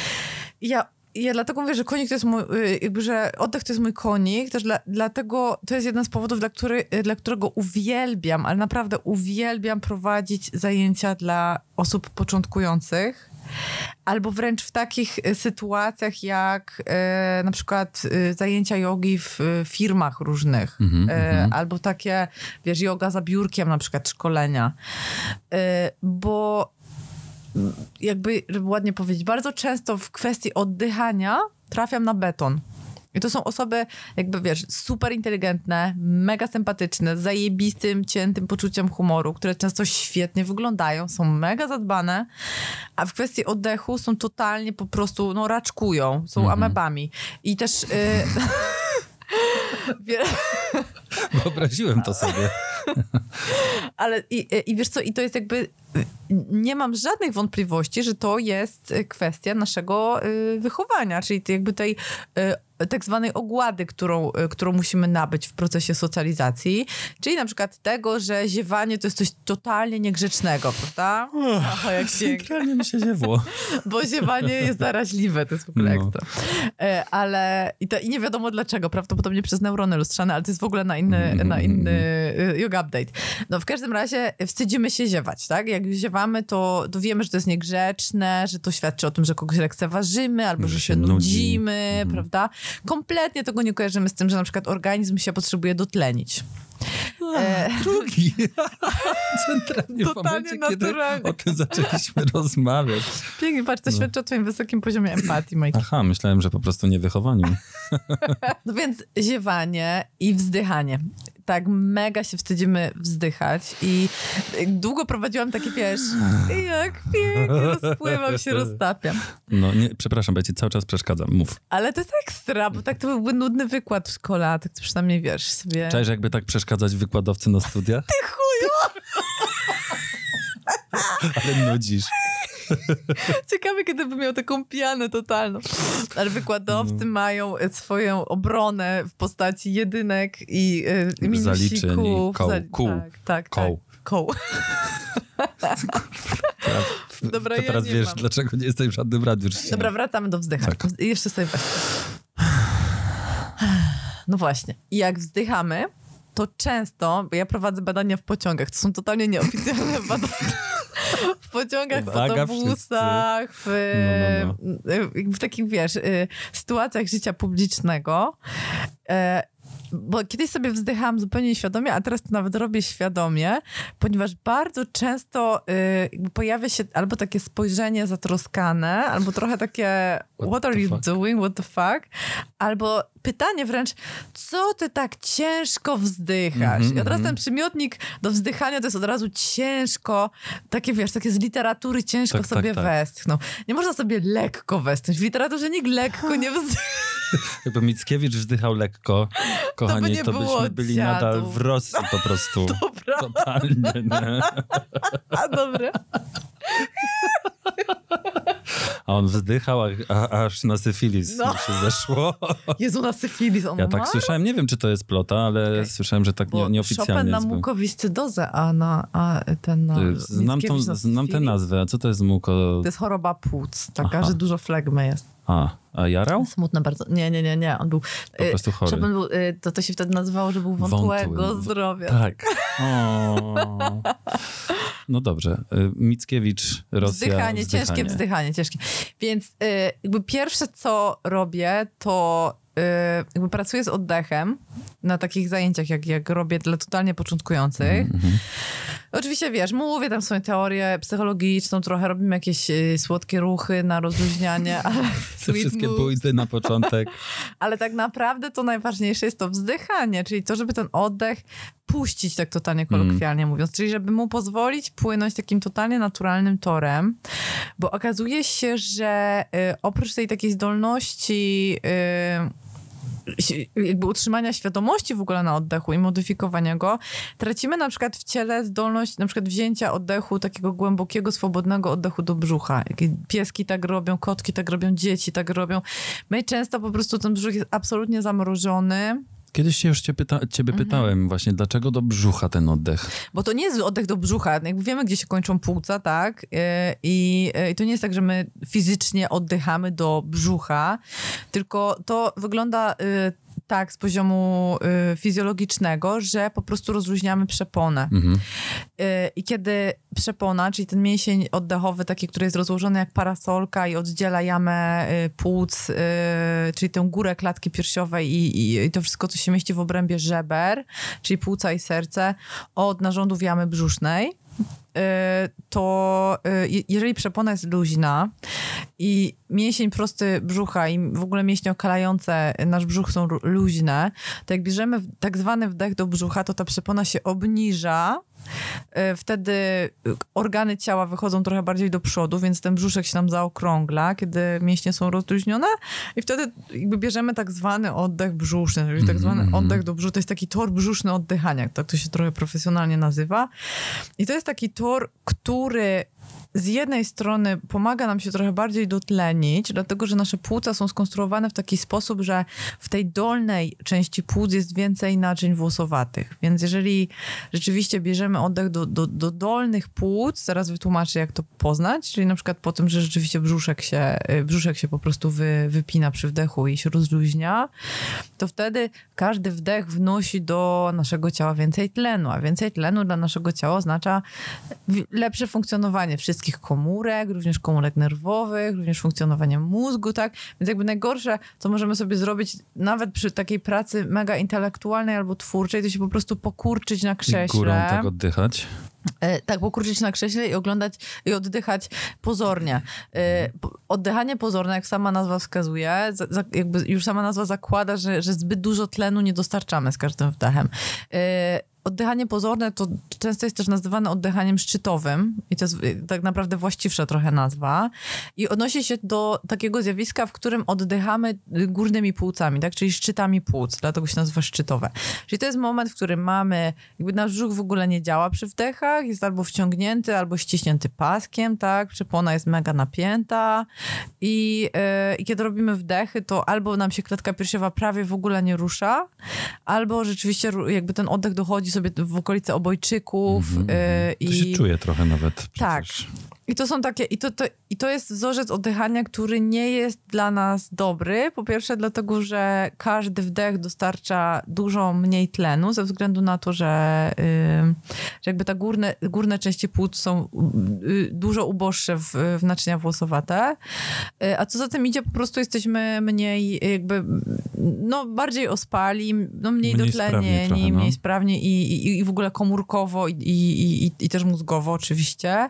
I ja Ja dlatego mówię, że konik to jest mój, jakby, że oddech to jest mój konik, też dla, dlatego to jest jeden z powodów, dla, który, dla którego uwielbiam, ale naprawdę uwielbiam prowadzić zajęcia dla osób początkujących, albo wręcz w takich sytuacjach jak e, na przykład e, zajęcia jogi w e, firmach różnych, mm-hmm, e, mm-hmm. albo takie, wiesz, joga za biurkiem, na przykład szkolenia, e, bo jakby, żeby ładnie powiedzieć, bardzo często w kwestii oddychania trafiam na beton. I to są osoby, jakby wiesz, super inteligentne, mega sympatyczne, z zajebistym, ciętym poczuciem humoru, które często świetnie wyglądają, są mega zadbane, a w kwestii oddechu są totalnie po prostu, no raczkują, są mm-hmm. amebami. I też... Y- Wyobraziłem to sobie. Ale i, i wiesz co, i to jest jakby, nie mam żadnych wątpliwości, że to jest kwestia naszego y, wychowania, czyli jakby tej y, tak zwanej ogłady, którą, y, którą musimy nabyć w procesie socjalizacji, czyli na przykład tego, że ziewanie to jest coś totalnie niegrzecznego, prawda? Uch, jak pięknie mi się ziewło. Bo ziewanie jest zaraźliwe, to jest w ogóle no. ekstra. Y, ale i, to, i nie wiadomo dlaczego, prawdopodobnie przez neurony lustrzane, ale to jest w ogóle na inny, mm. na inny y, yoga update. No w każdym razie wstydzimy się ziewać, tak? Jak ziewamy, to, to wiemy, że to jest niegrzeczne, że to świadczy o tym, że kogoś lekceważymy, albo że, że się nudzimy, nudzi. Prawda? Kompletnie tego nie kojarzymy z tym, że na przykład organizm się potrzebuje dotlenić. E... Drugi. Centralnie w momencie, naturalnie. Kiedy o tym zaczęliśmy rozmawiać. Pięknie, patrz, to no. świadczy o twoim wysokim poziomie empatii, Mike. Aha, myślałem, że po prostu niewychowaniu. No więc ziewanie i wzdychanie. Tak mega się wstydzimy wzdychać i długo prowadziłam takie, wiesz, jak pięknie rozpływam się, roztapiam. No nie, przepraszam, bo ja ci cały czas przeszkadzam, mów. Ale to jest ekstra, bo tak to byłby nudny wykład w szkole, a tak przynajmniej wiesz sobie. Cześć, jakby tak przeszkadzać wykładowcy na studiach? Ty chuju! Ale nudzisz. Ciekawe, kiedy by miał taką pianę totalną. Ale wykładowcy no. mają swoją obronę w postaci jedynek i y, minusik, kół. Koł. Zali- Kół. Tak, tak, koł. tak. Koł. Dobra, to ja teraz nie wiesz, mam. dlaczego nie jesteś w żadnym radiu. Dobra, wracamy do wzdychania. Tak. Jeszcze sobie weź. No właśnie. I jak wzdychamy, to często, bo ja prowadzę badania w pociągach, to są totalnie nieoficjalne badania. W pociągach, Uwaga, w autobusach, w, no, no, no. w takich, wiesz, sytuacjach życia publicznego. Bo kiedyś sobie wzdychałam zupełnie nieświadomie, a teraz to nawet robię świadomie, ponieważ bardzo często y, pojawia się albo takie spojrzenie zatroskane, albo trochę takie what, what are you fuck? doing, what the fuck, albo pytanie wręcz, co ty tak ciężko wzdychasz? Mm-hmm, I od razu ten przymiotnik do wzdychania to jest od razu ciężko, takie wiesz, takie z literatury ciężko tak, sobie tak, tak. westchnąć. Nie można sobie lekko westchnąć. W literaturze nikt lekko nie wzdycha. Jakby Mickiewicz wzdychał lekko, kochani, to, to byśmy byli dziadów. Nadal w Rosji po prostu. Dobra. Totalnie, nie? A dobra. A A on wzdychał, a, a, aż na syfilis No. mu się zeszło. Jezu, na syfilis on Ja tak umarł? słyszałem, nie wiem, czy to jest plota, ale Okay. słyszałem, że tak Bo nie, nieoficjalnie Chopin na jest. bo- mukowiscydozę, a, na, a ten na Y, Znam, tą, Mickiewicz na znam tę syfilis. nazwę, a co to jest muko... To jest choroba płuc, taka, Aha. że dużo flegmy jest. A, a jarał? Smutne bardzo. Nie, nie, nie, nie. On był... Po prostu chory. Chopin był, y, to, to się wtedy nazywało, że był wątłego Wątły. zdrowia. Tak. O. No dobrze. Y, Mickiewicz, Rosja, Wzdychanie, wzdychanie. ciężkie wzdychanie, ciężkie. Więc y, jakby pierwsze, co robię, to y, jakby pracuję z oddechem na takich zajęciach, jak, jak robię dla totalnie początkujących. Mhm. Oczywiście, wiesz, mówię tam swoją teorię psychologiczną, trochę robimy jakieś y, słodkie ruchy na rozluźnianie, ale, Te sweet wszystkie moves. bójdy na początek. Ale tak naprawdę to najważniejsze jest to wzdychanie, czyli to, żeby ten oddech puścić, tak totalnie kolokwialnie mówiąc, czyli żeby mu pozwolić płynąć takim totalnie naturalnym torem, bo okazuje się, że y, oprócz tej takiej zdolności y, jakby utrzymania świadomości w ogóle na oddechu i modyfikowania go, tracimy na przykład w ciele zdolność na przykład wzięcia oddechu, takiego głębokiego, swobodnego oddechu do brzucha. Jakie pieski tak robią, kotki tak robią, dzieci tak robią. My często po prostu ten brzuch jest absolutnie zamrożony, Kiedyś się już cię pyta, ciebie Mhm. pytałem właśnie, dlaczego do brzucha ten oddech? bo to nie jest oddech do brzucha. Jakby wiemy, gdzie się kończą płuca, tak? Yy, I, yy, I to nie jest tak, że my fizycznie oddychamy do brzucha, tylko to wygląda yy, tak z poziomu y, fizjologicznego, że po prostu rozluźniamy przeponę. Mhm. Y, I kiedy przepona, czyli ten mięsień oddechowy, taki, który jest rozłożony jak parasolka i oddziela jamę y, płuc, y, czyli tę górę klatki piersiowej i, i, i to wszystko, co się mieści w obrębie żeber, czyli płuca i serce, od narządów jamy brzusznej, to jeżeli przepona jest luźna i mięsień prosty brzucha i w ogóle mięśnie okalające nasz brzuch są luźne, to jak bierzemy tak zwany wdech do brzucha, to ta przepona się obniża. Wtedy organy ciała wychodzą trochę bardziej do przodu, więc ten brzuszek się nam zaokrągla, kiedy mięśnie są rozluźnione i wtedy jakby bierzemy tak zwany oddech brzuszny, czyli tak zwany Mm-hmm. oddech do brzucha. To jest taki tor brzuszny oddychania, tak to się trochę profesjonalnie nazywa. I to jest taki tor, który z jednej strony pomaga nam się trochę bardziej dotlenić, dlatego że nasze płuca są skonstruowane w taki sposób, że w tej dolnej części płuc jest więcej naczyń włosowatych. Więc jeżeli rzeczywiście bierzemy oddech do, do, do dolnych płuc, zaraz wytłumaczę, jak to poznać, czyli na przykład po tym, że rzeczywiście brzuszek się, brzuszek się po prostu wy, wypina przy wdechu i się rozluźnia, to wtedy każdy wdech wnosi do naszego ciała więcej tlenu, a więcej tlenu dla naszego ciała oznacza lepsze funkcjonowanie wszystkich komórek, również komórek nerwowych, również funkcjonowanie mózgu, tak? Więc jakby najgorsze, co możemy sobie zrobić nawet przy takiej pracy mega intelektualnej albo twórczej, to się po prostu pokurczyć na krześle. I górą tak oddychać. E, tak, pokurczyć na krześle i oglądać i oddychać pozornie. E, po, oddychanie pozorne, jak sama nazwa wskazuje, za, za, jakby już sama nazwa zakłada, że, że zbyt dużo tlenu nie dostarczamy z każdym wdechem. E, Oddychanie pozorne to często jest też nazywane oddychaniem szczytowym i to jest tak naprawdę właściwsza trochę nazwa i odnosi się do takiego zjawiska, w którym oddychamy górnymi płucami, tak, czyli szczytami płuc, dlatego się nazywa szczytowe. Czyli to jest moment, w którym mamy, jakby nasz brzuch w ogóle nie działa przy wdechach, jest albo wciągnięty, albo ściśnięty paskiem, tak, przepona jest mega napięta i, yy, i kiedy robimy wdechy, to albo nam się klatka piersiowa prawie w ogóle nie rusza, albo rzeczywiście jakby ten oddech dochodzi sobie w okolice obojczyków. Mm-hmm. Yy, to i się czuje trochę nawet. Przecież. Tak. I to są takie, i to, to, i to jest wzorzec oddychania, który nie jest dla nas dobry. Po pierwsze dlatego, że każdy wdech dostarcza dużo mniej tlenu, ze względu na to, że, yy, że jakby te górne, górne części płuc są yy, dużo uboższe w, w naczynia włosowate. Yy, a co za tym idzie, po prostu jesteśmy mniej jakby, no bardziej ospali, no mniej, mniej dotlenieni, trochę, no. mniej sprawnie i, i, i w ogóle komórkowo i, i, i, i też mózgowo oczywiście.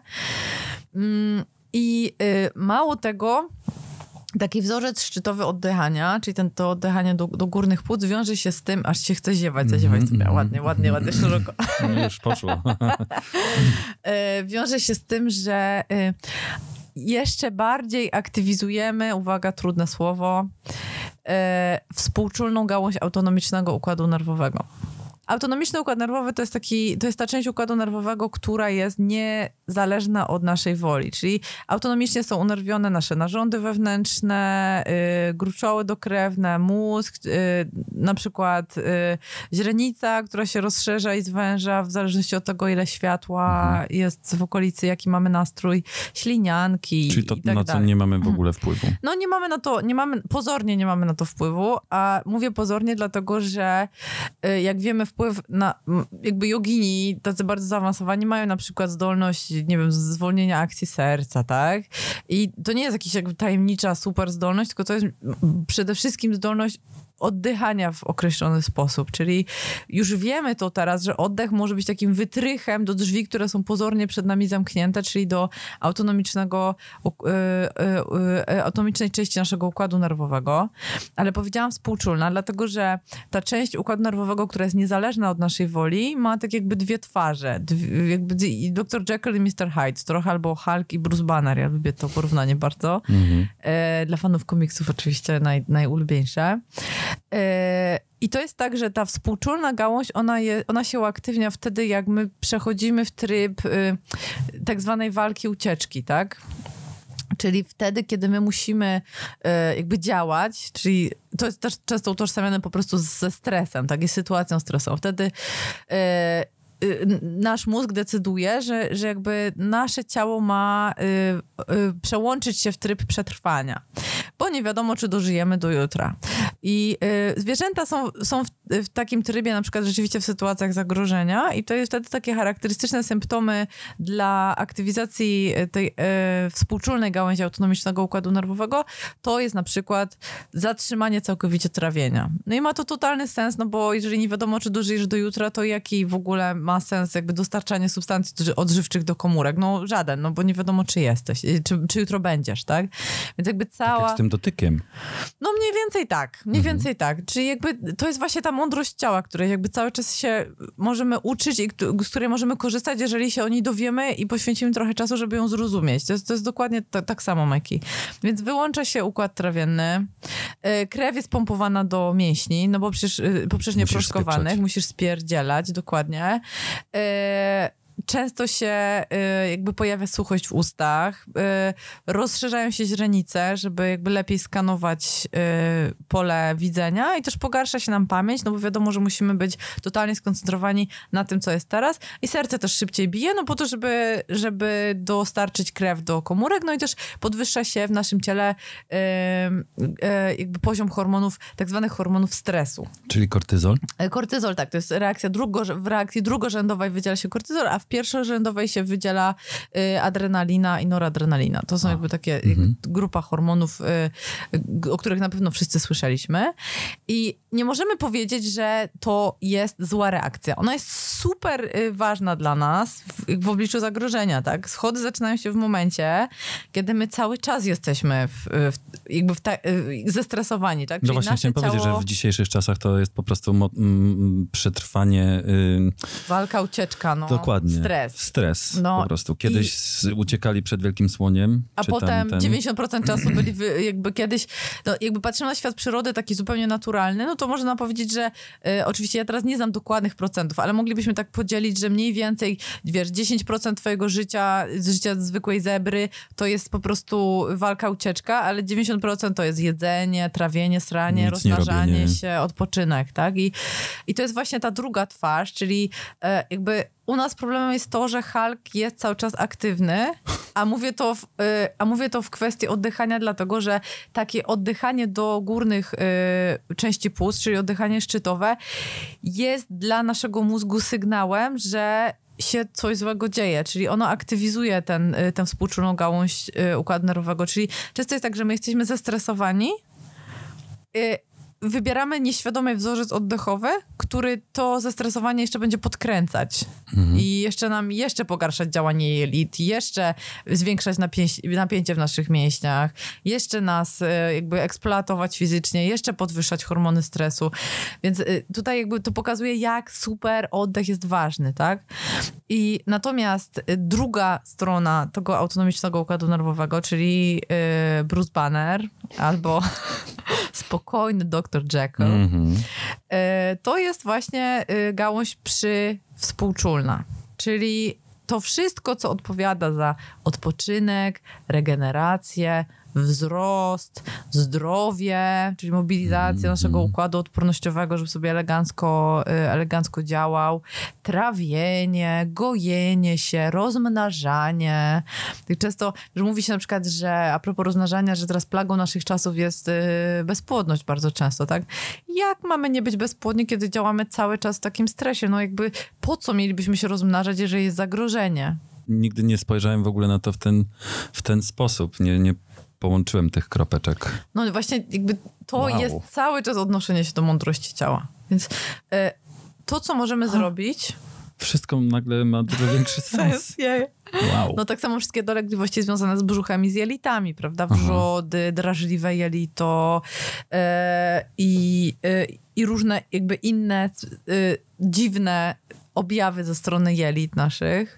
I y, mało tego, taki wzorzec szczytowy oddychania, czyli ten, to oddychanie do, do górnych płuc wiąże się z tym, aż się chce ziewać, zaziewać mm-hmm, sobie, ładnie, ładnie, ładnie, szeroko. No już poszło. y, wiąże się z tym, że y, jeszcze bardziej aktywizujemy, uwaga, trudne słowo, y, współczulną gałąź autonomicznego układu nerwowego. autonomiczny układ nerwowy to jest taki, to jest ta część układu nerwowego, która jest niezależna od naszej woli, czyli autonomicznie są unerwione nasze narządy wewnętrzne, yy, gruczoły dokrewne, mózg, yy, na przykład yy, źrenica, która się rozszerza i zwęża w zależności od tego, ile światła mhm. jest w okolicy, jaki mamy nastrój, ślinianki czyli to, i tak na dalej. co nie mamy w ogóle wpływu. No nie mamy na to, nie mamy, pozornie nie mamy na to wpływu, a mówię pozornie dlatego, że y, jak wiemy wpływ na, jakby jogini, tacy bardzo zaawansowani mają na przykład zdolność, nie wiem, zwolnienia akcji serca, tak? I to nie jest jakaś jakby tajemnicza super zdolność, tylko to jest przede wszystkim zdolność oddychania w określony sposób, czyli już wiemy to teraz, że oddech może być takim wytrychem do drzwi, które są pozornie przed nami zamknięte, czyli do autonomicznego, y, y, y, autonomicznej części naszego układu nerwowego, ale powiedziałam współczulna, dlatego, że ta część układu nerwowego, która jest niezależna od naszej woli, ma tak jakby dwie twarze, dwie, jakby doktor Jekyll i mister Hyde, trochę albo Hulk i Bruce Banner, ja lubię to porównanie bardzo, mhm. e, dla fanów komiksów oczywiście naj, najulubieńsze. I to jest tak, że ta współczulna gałąź, ona, je, ona się uaktywnia wtedy, jak my przechodzimy w tryb y, tak zwanej walki ucieczki, tak? Czyli wtedy, kiedy my musimy y, jakby działać, czyli to jest też często utożsamiane po prostu ze stresem, tak? I sytuacją stresową. Wtedy y, nasz mózg decyduje, że, że jakby nasze ciało ma y, y, przełączyć się w tryb przetrwania, bo nie wiadomo, czy dożyjemy do jutra. I y, zwierzęta są, są w, w takim trybie na przykład rzeczywiście w sytuacjach zagrożenia i to jest wtedy takie charakterystyczne symptomy dla aktywizacji tej y, współczulnej gałęzi autonomicznego układu nerwowego, to jest na przykład zatrzymanie całkowicie trawienia. No i ma to totalny sens, no bo jeżeli nie wiadomo, czy dożyjesz do jutra, to jaki w ogóle ma sens jakby dostarczanie substancji odżywczych do komórek? No żaden, no bo nie wiadomo, czy jesteś, czy, czy jutro będziesz, tak? Więc jakby cała... Tak jak z tym dotykiem. No mniej więcej tak, mniej mhm. więcej tak. Czyli jakby to jest właśnie ta mądrość ciała, której jakby cały czas się możemy uczyć i z której możemy korzystać, jeżeli się o niej dowiemy i poświęcimy trochę czasu, żeby ją zrozumieć. To jest, to jest dokładnie to, tak samo, Majki. Więc wyłącza się układ trawienny, krew jest pompowana do mięśni, no bo przecież poprzez nieproszkowanych musisz spierdzielać, dokładnie. Często się y, jakby pojawia suchość w ustach, y, rozszerzają się źrenice, żeby jakby lepiej skanować y, pole widzenia i też pogarsza się nam pamięć, no bo wiadomo, że musimy być totalnie skoncentrowani na tym, co jest teraz i serce też szybciej bije, no po to, żeby, żeby dostarczyć krew do komórek, no i też podwyższa się w naszym ciele y, y, jakby poziom hormonów, tak zwanych hormonów stresu. Czyli kortyzol? Kortyzol, tak, to jest reakcja drugo, w reakcji drugorzędowej wydziela się kortyzol, a w pierwszorzędowej się wydziela y, adrenalina i noradrenalina. To są a. jakby takie mhm. jakby grupa hormonów, y, o których na pewno wszyscy słyszeliśmy. I nie możemy powiedzieć, że to jest zła reakcja. Ona jest super y, ważna dla nas w, w obliczu zagrożenia, tak? Schody zaczynają się w momencie, kiedy my cały czas jesteśmy w, w, jakby w ta, y, zestresowani, tak? Czyli no właśnie chciałem ciało... powiedzieć, że w dzisiejszych czasach to jest po prostu mo- m- przetrwanie... Y... Walka, ucieczka, no. Dokładnie. Stres. Stres no, po prostu. Kiedyś i... uciekali przed wielkim słoniem. A potem ten, ten... dziewięćdziesiąt procent czasu byli wy, jakby kiedyś, no, jakby patrzymy na świat przyrody taki zupełnie naturalny, no to można powiedzieć, że y, oczywiście ja teraz nie znam dokładnych procentów, ale moglibyśmy tak podzielić, że mniej więcej, wiesz, dziesięć procent twojego życia, życia zwykłej zebry, to jest po prostu walka, ucieczka, ale dziewięćdziesiąt procent to jest jedzenie, trawienie, sranie, nic rozmnażanie się, odpoczynek, tak? I, I to jest właśnie ta druga twarz, czyli y, jakby u nas problemem jest to, że Hulk jest cały czas aktywny, a mówię to w, a mówię to w kwestii oddychania, dlatego że takie oddychanie do górnych y, części płuc, czyli oddychanie szczytowe, jest dla naszego mózgu sygnałem, że się coś złego dzieje, czyli ono aktywizuje ten, tę współczulną gałąź układu nerwowego, czyli często jest tak, że my jesteśmy zestresowani, y, wybieramy nieświadomy wzorzec oddechowy, który to zestresowanie jeszcze będzie podkręcać mhm. i jeszcze nam jeszcze pogarszać działanie jelit, jeszcze zwiększać napię- napięcie w naszych mięśniach, jeszcze nas y, jakby eksploatować fizycznie, jeszcze podwyższać hormony stresu. Więc y, tutaj jakby to pokazuje, jak super oddech jest ważny, tak? I natomiast y, druga strona tego autonomicznego układu nerwowego, czyli y, Bruce Banner albo spokojny doktor doktor Jekyll. Mm-hmm. To jest właśnie gałąź przywspółczulna, czyli to wszystko, co odpowiada za odpoczynek, regenerację, wzrost, zdrowie, czyli mobilizację naszego układu odpornościowego, żeby sobie elegancko, elegancko działał, trawienie, gojenie się, rozmnażanie. Tak często, że mówi się na przykład, że a propos rozmnażania, że teraz plagą naszych czasów jest bezpłodność bardzo często, tak? Jak mamy nie być bezpłodni, kiedy działamy cały czas w takim stresie? No jakby po co mielibyśmy się rozmnażać, jeżeli jest zagrożenie? Nigdy nie spojrzałem w ogóle na to w ten, w ten sposób. Nie, nie połączyłem tych kropeczek. No właśnie jakby to Wow. jest cały czas odnoszenie się do mądrości ciała. Więc y, to, co możemy ha. zrobić... Wszystko nagle ma dużo większy sens. Wow. No tak samo wszystkie dolegliwości związane z brzuchem i z jelitami, prawda? Wrzody, drażliwe jelito y, i, y, i różne jakby inne y, dziwne objawy ze strony jelit naszych.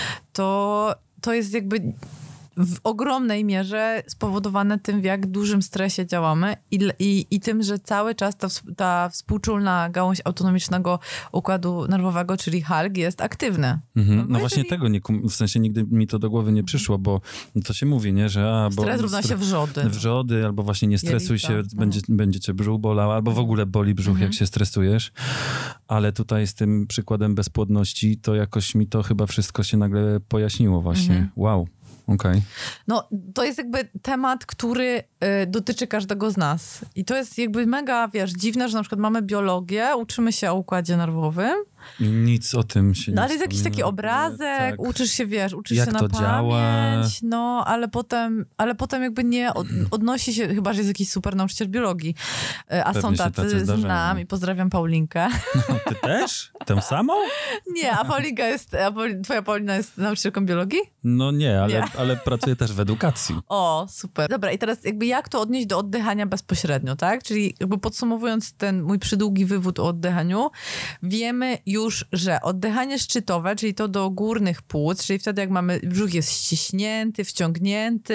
To, to jest jakby... w ogromnej mierze spowodowane tym, w jak dużym stresie działamy i, i, i tym, że cały czas ta, ta współczulna gałąź autonomicznego układu nerwowego, czyli H A L K, jest aktywna. Mhm. No, no no właśnie jeżeli... tego, nie, w sensie nigdy mi to do głowy nie przyszło, bo to się mówi, nie, że a, bo stres równa się wrzody. Wrzody, albo właśnie nie stresuj Jelita. się, będzie, będzie cię brzuch bolał, albo w ogóle boli brzuch, mhm. jak się stresujesz. Ale tutaj z tym przykładem bezpłodności, to jakoś mi to chyba wszystko się nagle pojaśniło właśnie. Mhm. Wow. Okej. Okay. No, to jest jakby temat, który y, dotyczy każdego z nas. I to jest jakby mega, wiesz, dziwne, że na przykład mamy biologię, uczymy się o układzie nerwowym. I nic o tym się no, nie ale jest jakiś taki obrazek, tak. uczysz się, wiesz, uczysz Jak się na to pamięć, działa. no, ale potem, ale potem jakby nie od, odnosi się, chyba że jest jakiś super nauczyciel biologii. A Pewnie są tacy tacy, znam i pozdrawiam Paulinkę. No, ty też? Tę samą? Nie, a Paulinka jest, a Pauli, twoja Paulina jest nauczycielką biologii? No nie, ale, Nie. ale pracuje też w edukacji. O, super. Dobra, i teraz jakby jak to odnieść do oddychania bezpośrednio, tak? Czyli jakby podsumowując ten mój przydługi wywód o oddychaniu, wiemy już, że oddychanie szczytowe, czyli to do górnych płuc, czyli wtedy jak mamy, brzuch jest ściśnięty, wciągnięty,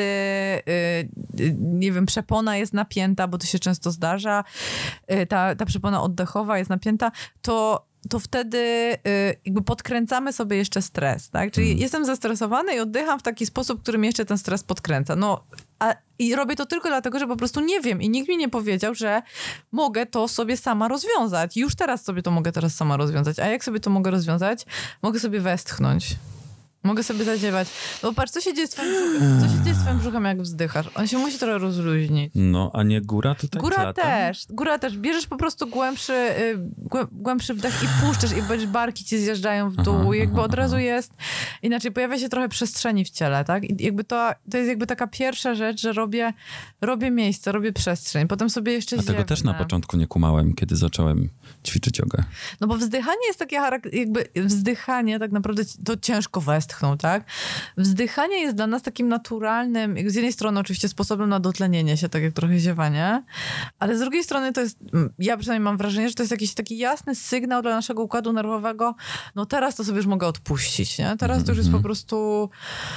yy, yy, nie wiem, przepona jest napięta, bo to się często zdarza, yy, ta, ta przepona oddechowa jest napięta, to to wtedy y, jakby podkręcamy sobie jeszcze stres, tak? Czyli hmm. jestem zestresowany i oddycham w taki sposób, który mnie jeszcze ten stres podkręca. No, a, i robię to tylko dlatego, że po prostu nie wiem i nikt mi nie powiedział, że mogę to sobie sama rozwiązać. Już teraz sobie to mogę teraz sama rozwiązać. A jak sobie to mogę rozwiązać? Mogę sobie westchnąć. Mogę sobie zadziewać. Bo patrz, co się dzieje z twoim brzuchem? Co się dzieje z twoim brzuchem, jak wzdychasz? On się musi trochę rozluźnić. No, a nie góra tutaj? Góra klata? też. Góra też. Bierzesz po prostu głębszy, y, głę, głębszy wdech i puszczasz i będziesz barki ci zjeżdżają w dół. Aha, I jakby aha, od razu aha. jest... Inaczej pojawia się trochę przestrzeni w ciele, tak? I jakby to, to jest jakby taka pierwsza rzecz, że robię, robię miejsce, robię przestrzeń. Potem sobie jeszcze A tego ziewnę. też na początku nie kumałem, kiedy zacząłem ćwiczyć jogę. No bo wzdychanie jest takie charak- jakby wzdychanie tak naprawdę to ciężko westchnął, tak? Wzdychanie jest dla nas takim naturalnym, z jednej strony oczywiście sposobem na dotlenienie się, tak jak trochę ziewanie, ale z drugiej strony to jest, ja przynajmniej mam wrażenie, że to jest jakiś taki jasny sygnał dla naszego układu nerwowego, no teraz to sobie już mogę odpuścić, nie? Teraz to już jest po prostu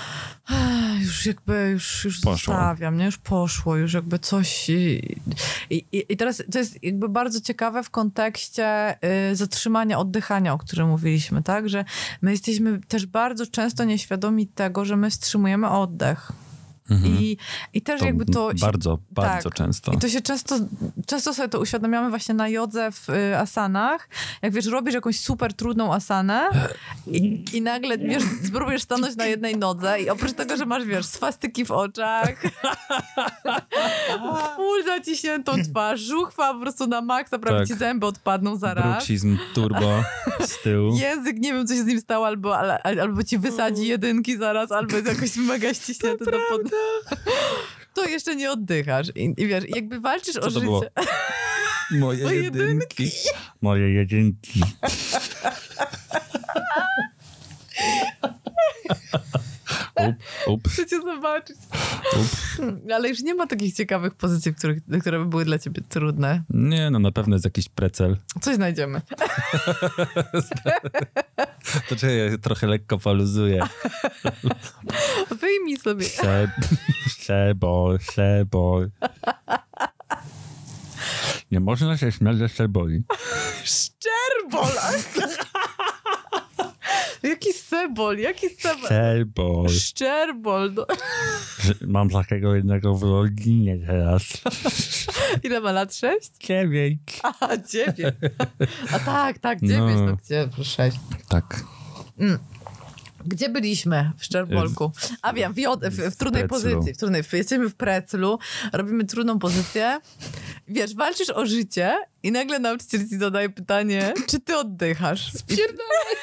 już jakby, już, już zostawiam, nie? Już poszło, już jakby coś i, i, i teraz to jest jakby bardzo ciekawe w kontekście y, zatrzymania oddychania, o którym mówiliśmy, tak? Że my jesteśmy też bardzo często nieświadomi tego, że my wstrzymujemy oddech. Mhm. I, I też to jakby to... Bardzo, się, bardzo tak, często. I to się często, często sobie to uświadamiamy właśnie na jodze w y, asanach. Jak wiesz, robisz jakąś super trudną asanę i, i nagle, wiesz, spróbujesz stanąć na jednej nodze i oprócz tego, że masz, wiesz, swastyki w oczach, full zaciśniętą twarz, żuchwa po prostu na maksa, prawie tak. ci zęby odpadną zaraz. Bruksizm turbo z tyłu. Język, nie wiem, co się z nim stało, albo, albo ci wysadzi jedynki zaraz, albo jest jakoś mega ściśnięty do pod... To jeszcze nie oddychasz. I, i wiesz, jakby walczysz Co o to życie. Było? Moje Moje jedynki. jedynki. Moje jedynki. Up, up. Chcę cię zobaczyć. Up. Ale już nie ma takich ciekawych pozycji, w których, które by były dla ciebie trudne. Nie, no na pewno jest jakiś precel. Coś znajdziemy. To czekaj, ja trochę lekko poluzuję. Wyjmij sobie. Szeb, szebol, szebol. Nie można się śmiać ze szczerboli. Szczerbol! Jaki sebol, jaki sebol? Szczerbol. Szczerbol. No. Mam takiego jednego w rodzinie teraz. Ile ma lat? Sześć? Dziewięć. A, dziewięć. A tak, tak, dziewięć. No, no gdzie? Sześć. Tak. Mm. Gdzie byliśmy w Szczerbolku? A wiem, w, jod- w, w trudnej pozycji. W trudnej, jesteśmy w preclu, robimy trudną pozycję. Wiesz, walczysz o życie i nagle nauczyciel ci zadaje pytanie, czy ty oddychasz? Spierdolaj.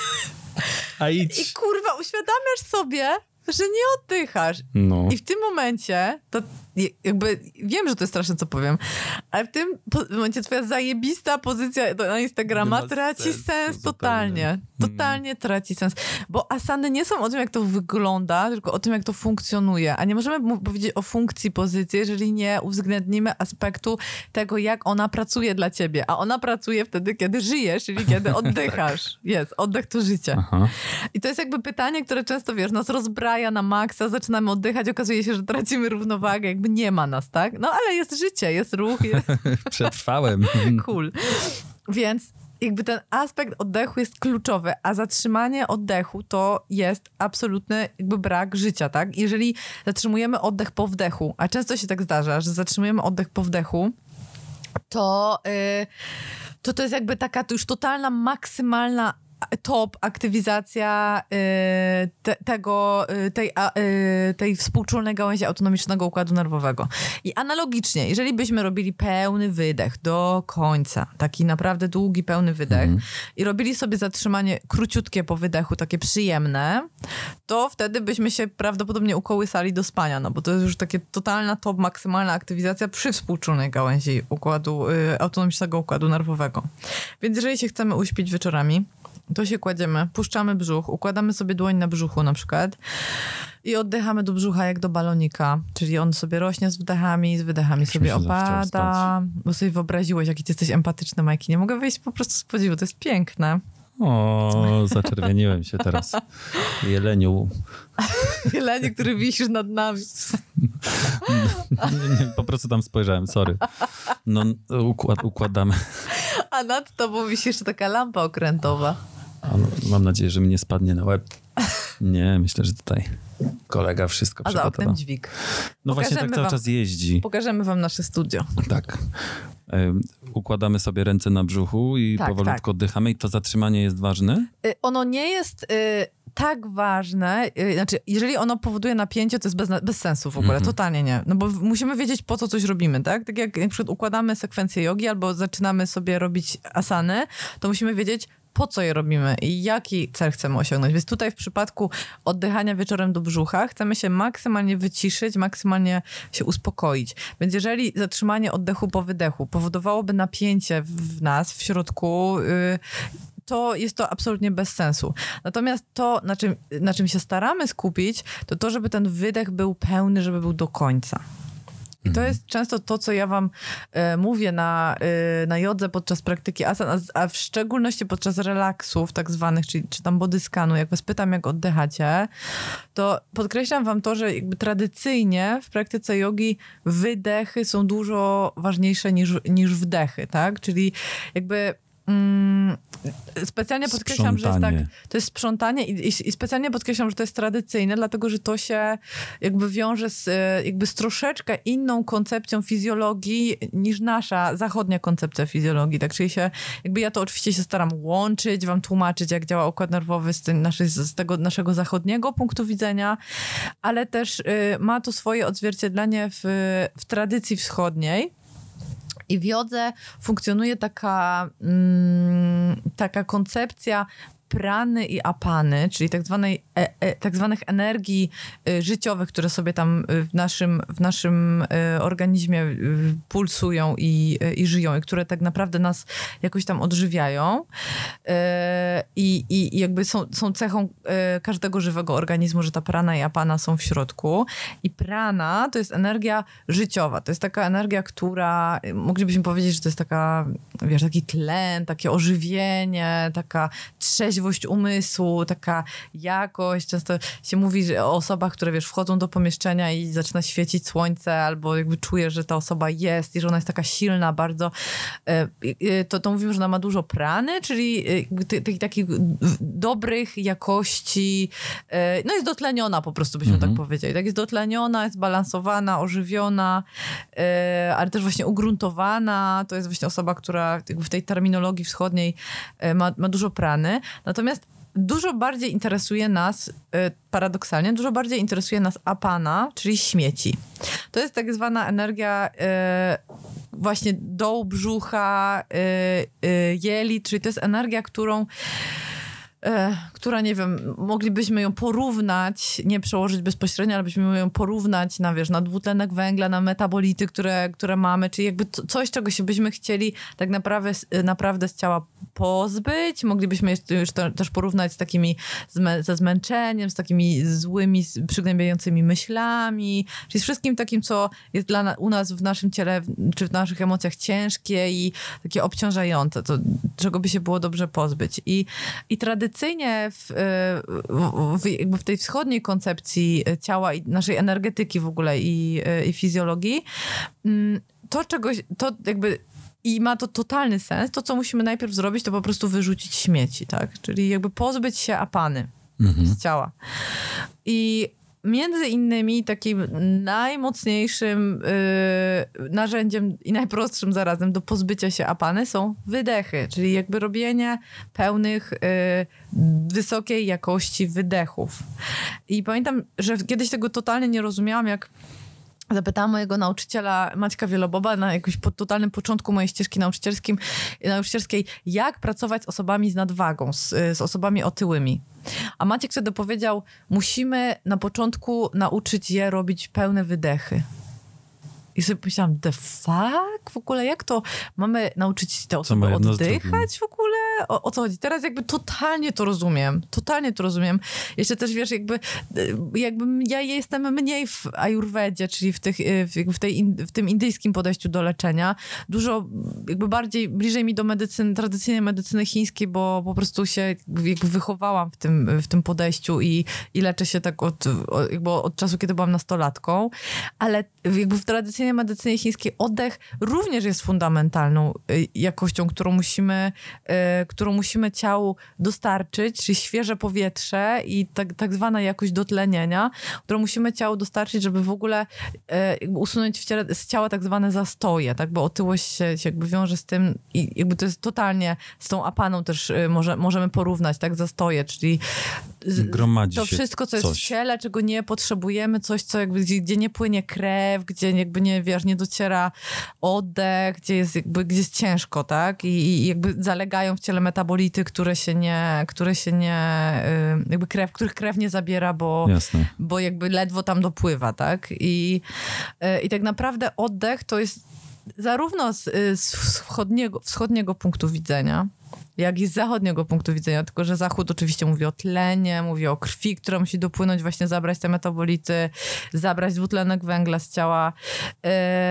A idź. I kurwa, uświadamiasz sobie, że nie oddychasz. No. I w tym momencie, to jakby, wiem, że to jest straszne, co powiem, ale w tym po- momencie twoja zajebista pozycja na Instagrama traci sensu, sens zupełnie. totalnie. Totalnie mm. traci sens. Bo asany nie są o tym, jak to wygląda, tylko o tym, jak to funkcjonuje. A nie możemy mu- powiedzieć o funkcji pozycji, jeżeli nie uwzględnimy aspektu tego, jak ona pracuje dla ciebie. A ona pracuje wtedy, kiedy żyjesz, czyli kiedy oddychasz. Jest, oddech to życie. Aha. I to jest jakby pytanie, które często, wiesz, nas rozbraja na maksa, zaczynamy oddychać, okazuje się, że tracimy równowagę, jakby nie ma nas, tak? No ale jest życie, jest ruch, jest... Przetrwałem. Cool. Więc jakby ten aspekt oddechu jest kluczowy, a zatrzymanie oddechu to jest absolutny jakby brak życia, tak? Jeżeli zatrzymujemy oddech po wdechu, a często się tak zdarza, że zatrzymujemy oddech po wdechu, to, yy, to to jest jakby taka to już totalna, maksymalna top aktywizacja y, te, tego, y, tej, a, y, tej współczulnej gałęzi autonomicznego układu nerwowego. I analogicznie, jeżeli byśmy robili pełny wydech do końca, taki naprawdę długi, pełny wydech mm. i robili sobie zatrzymanie króciutkie po wydechu, takie przyjemne, to wtedy byśmy się prawdopodobnie ukołysali do spania, no bo to jest już takie totalna top, maksymalna aktywizacja przy współczulnej gałęzi układu, y, autonomicznego układu nerwowego. Więc jeżeli się chcemy uśpić wieczorami, to się kładziemy, puszczamy brzuch, układamy sobie dłoń na brzuchu na przykład i oddychamy do brzucha jak do balonika, czyli on sobie rośnie z wdechami, z wydechami sobie opada, bo sobie wyobraziłeś, jaki ty jesteś empatyczny, Majki. Nie mogę wyjść po prostu z podziwu, to jest piękne. O, zaczerwieniłem się teraz. Jeleniu. Jeleniu, który wisisz nad nami. nie, nie, po prostu tam spojrzałem, sorry. No, układ, układamy. A nad tobą wisi jeszcze taka lampa okrętowa. A no, mam nadzieję, że mi nie spadnie na łeb. Nie, myślę, że tutaj kolega wszystko przygotował. A za oknem dźwig. No właśnie tak cały wam, czas jeździ. Pokażemy wam nasze studio. Tak. Um, układamy sobie ręce na brzuchu i tak, powolutku tak. oddychamy i to zatrzymanie jest ważne? Y, ono nie jest... Y- tak ważne, yy, znaczy jeżeli ono powoduje napięcie, to jest bez, bez sensu w ogóle, mm-hmm. totalnie nie. No bo musimy wiedzieć, po co coś robimy, tak? Tak jak na przykład układamy sekwencję jogi albo zaczynamy sobie robić asany, to musimy wiedzieć, po co je robimy i jaki cel chcemy osiągnąć. Więc tutaj w przypadku oddychania wieczorem do brzucha chcemy się maksymalnie wyciszyć, maksymalnie się uspokoić. Więc jeżeli zatrzymanie oddechu po wydechu powodowałoby napięcie w nas, w środku, yy, to jest to absolutnie bez sensu. Natomiast to, na czym, na czym się staramy skupić, to to, żeby ten wydech był pełny, żeby był do końca. I to jest często to, co ja wam e, mówię na, e, na jodze podczas praktyki asan, a, a w szczególności podczas relaksów tak zwanych, czyli czy tam body scanu, jak was pytam, jak oddychacie, to podkreślam wam to, że jakby tradycyjnie w praktyce jogi wydechy są dużo ważniejsze niż, niż wdechy, tak? Czyli jakby Mm, specjalnie podkreślam, że jest tak, to jest sprzątanie i, i, i specjalnie podkreślam, że to jest tradycyjne, dlatego, że to się jakby wiąże z, jakby z troszeczkę inną koncepcją fizjologii niż nasza zachodnia koncepcja fizjologii. Tak, czyli się, jakby ja to oczywiście się staram łączyć, wam tłumaczyć, jak działa układ nerwowy z, tym, naszej, z tego naszego zachodniego punktu widzenia, ale też y, ma to swoje odzwierciedlenie w, w tradycji wschodniej. I w jodze funkcjonuje taka, mm, taka koncepcja prany i apany, czyli tak, zwanej, e, e, tak zwanych energii e, życiowych, które sobie tam w naszym, w naszym e, organizmie e, pulsują i, e, i żyją i które tak naprawdę nas jakoś tam odżywiają e, i, i jakby są, są cechą e, każdego żywego organizmu, że ta prana i apana są w środku. I prana to jest energia życiowa. To jest taka energia, która moglibyśmy powiedzieć, że to jest taka, wiesz, taki tlen, takie ożywienie, taka trzeźwość trzeźwość umysłu, taka jakość. Często się mówi że o osobach, które wiesz, wchodzą do pomieszczenia i zaczyna świecić słońce, albo jakby czujesz, że ta osoba jest i że ona jest taka silna bardzo. To, to mówimy, że ona ma dużo prany, czyli tych takich dobrych jakości. No jest dotleniona po prostu, byśmy mhm. tak powiedzieli. Tak jest dotleniona, jest balansowana, ożywiona, ale też właśnie ugruntowana. To jest właśnie osoba, która w tej terminologii wschodniej ma, ma dużo prany. Natomiast dużo bardziej interesuje nas, paradoksalnie, dużo bardziej interesuje nas apana, czyli śmieci. To jest tak zwana energia właśnie dołu brzucha, jelit, czyli to jest energia, którą która, nie wiem, moglibyśmy ją porównać, nie przełożyć bezpośrednio, ale byśmy ją porównać na, wiesz, na dwutlenek węgla, na metabolity, które, które mamy, czyli jakby coś, czego się byśmy chcieli tak naprawdę, naprawdę z ciała pozbyć. Moglibyśmy już to, też porównać z takimi, zmę, ze zmęczeniem, z takimi złymi, przygnębiającymi myślami, czyli z wszystkim takim, co jest dla na, u nas w naszym ciele, czy w naszych emocjach ciężkie i takie obciążające, to, czego by się było dobrze pozbyć. I, i tradycyjnie w, w, jakby w tej wschodniej koncepcji ciała i naszej energetyki w ogóle i, i fizjologii, to czegoś, to jakby i ma to totalny sens, to co musimy najpierw zrobić, to po prostu wyrzucić śmieci, tak? Czyli jakby pozbyć się apany mhm. z ciała. I między innymi takim najmocniejszym yy, narzędziem i najprostszym zarazem do pozbycia się apany są wydechy, czyli jakby robienie pełnych, yy, wysokiej jakości wydechów. I pamiętam, że kiedyś tego totalnie nie rozumiałam, jak zapytałam mojego nauczyciela Maćka Wieloboba na jakimś po, totalnym początku mojej ścieżki nauczycielskim, nauczycielskiej, jak pracować z osobami z nadwagą, z, z osobami otyłymi. A Maciek wtedy powiedział, musimy na początku nauczyć je robić pełne wydechy. I sobie pomyślałam, the fuck? W ogóle jak to mamy nauczyć te osoby oddychać w ogóle? O, o co chodzi? Teraz jakby totalnie to rozumiem. Totalnie to rozumiem. Jeszcze też wiesz, jakby, jakby ja jestem mniej w ajurwedzie, czyli w, tych, w, tej, w tym indyjskim podejściu do leczenia. Dużo jakby bardziej, bliżej mi do medycyny, tradycyjnej medycyny chińskiej, bo po prostu się jakby wychowałam w tym, w tym podejściu i, i leczę się tak od, jakby od czasu, kiedy byłam nastolatką. Ale jakby w tradycyjnej medycynie chińskiej oddech również jest fundamentalną jakością, którą musimy, którą musimy ciału dostarczyć, czyli świeże powietrze i tak, tak zwana jakość dotlenienia, którą musimy ciału dostarczyć, żeby w ogóle jakby usunąć w ciele, z ciała tak zwane zastoje, tak? Bo otyłość się, się jakby wiąże z tym i jakby to jest totalnie z tą apaną też może, możemy porównać, tak? Zastoje, czyli gromadzi to się wszystko, co coś. jest w ciele, czego nie potrzebujemy, coś, co jakby, gdzie nie płynie krew, gdzie jakby nie, wiesz, nie dociera oddech, gdzie jest jakby, gdzie jest ciężko, tak? I, i jakby zalegają w ciele metabolity, które się nie, które się nie, jakby krew, których krew nie zabiera, bo, bo jakby ledwo tam dopływa, tak? I, i tak naprawdę oddech to jest zarówno z, z wschodniego, wschodniego punktu widzenia, jak i z zachodniego punktu widzenia, tylko że zachód oczywiście mówi o tlenie, mówi o krwi, która musi dopłynąć, właśnie zabrać te metabolity, zabrać dwutlenek węgla z ciała. Yy,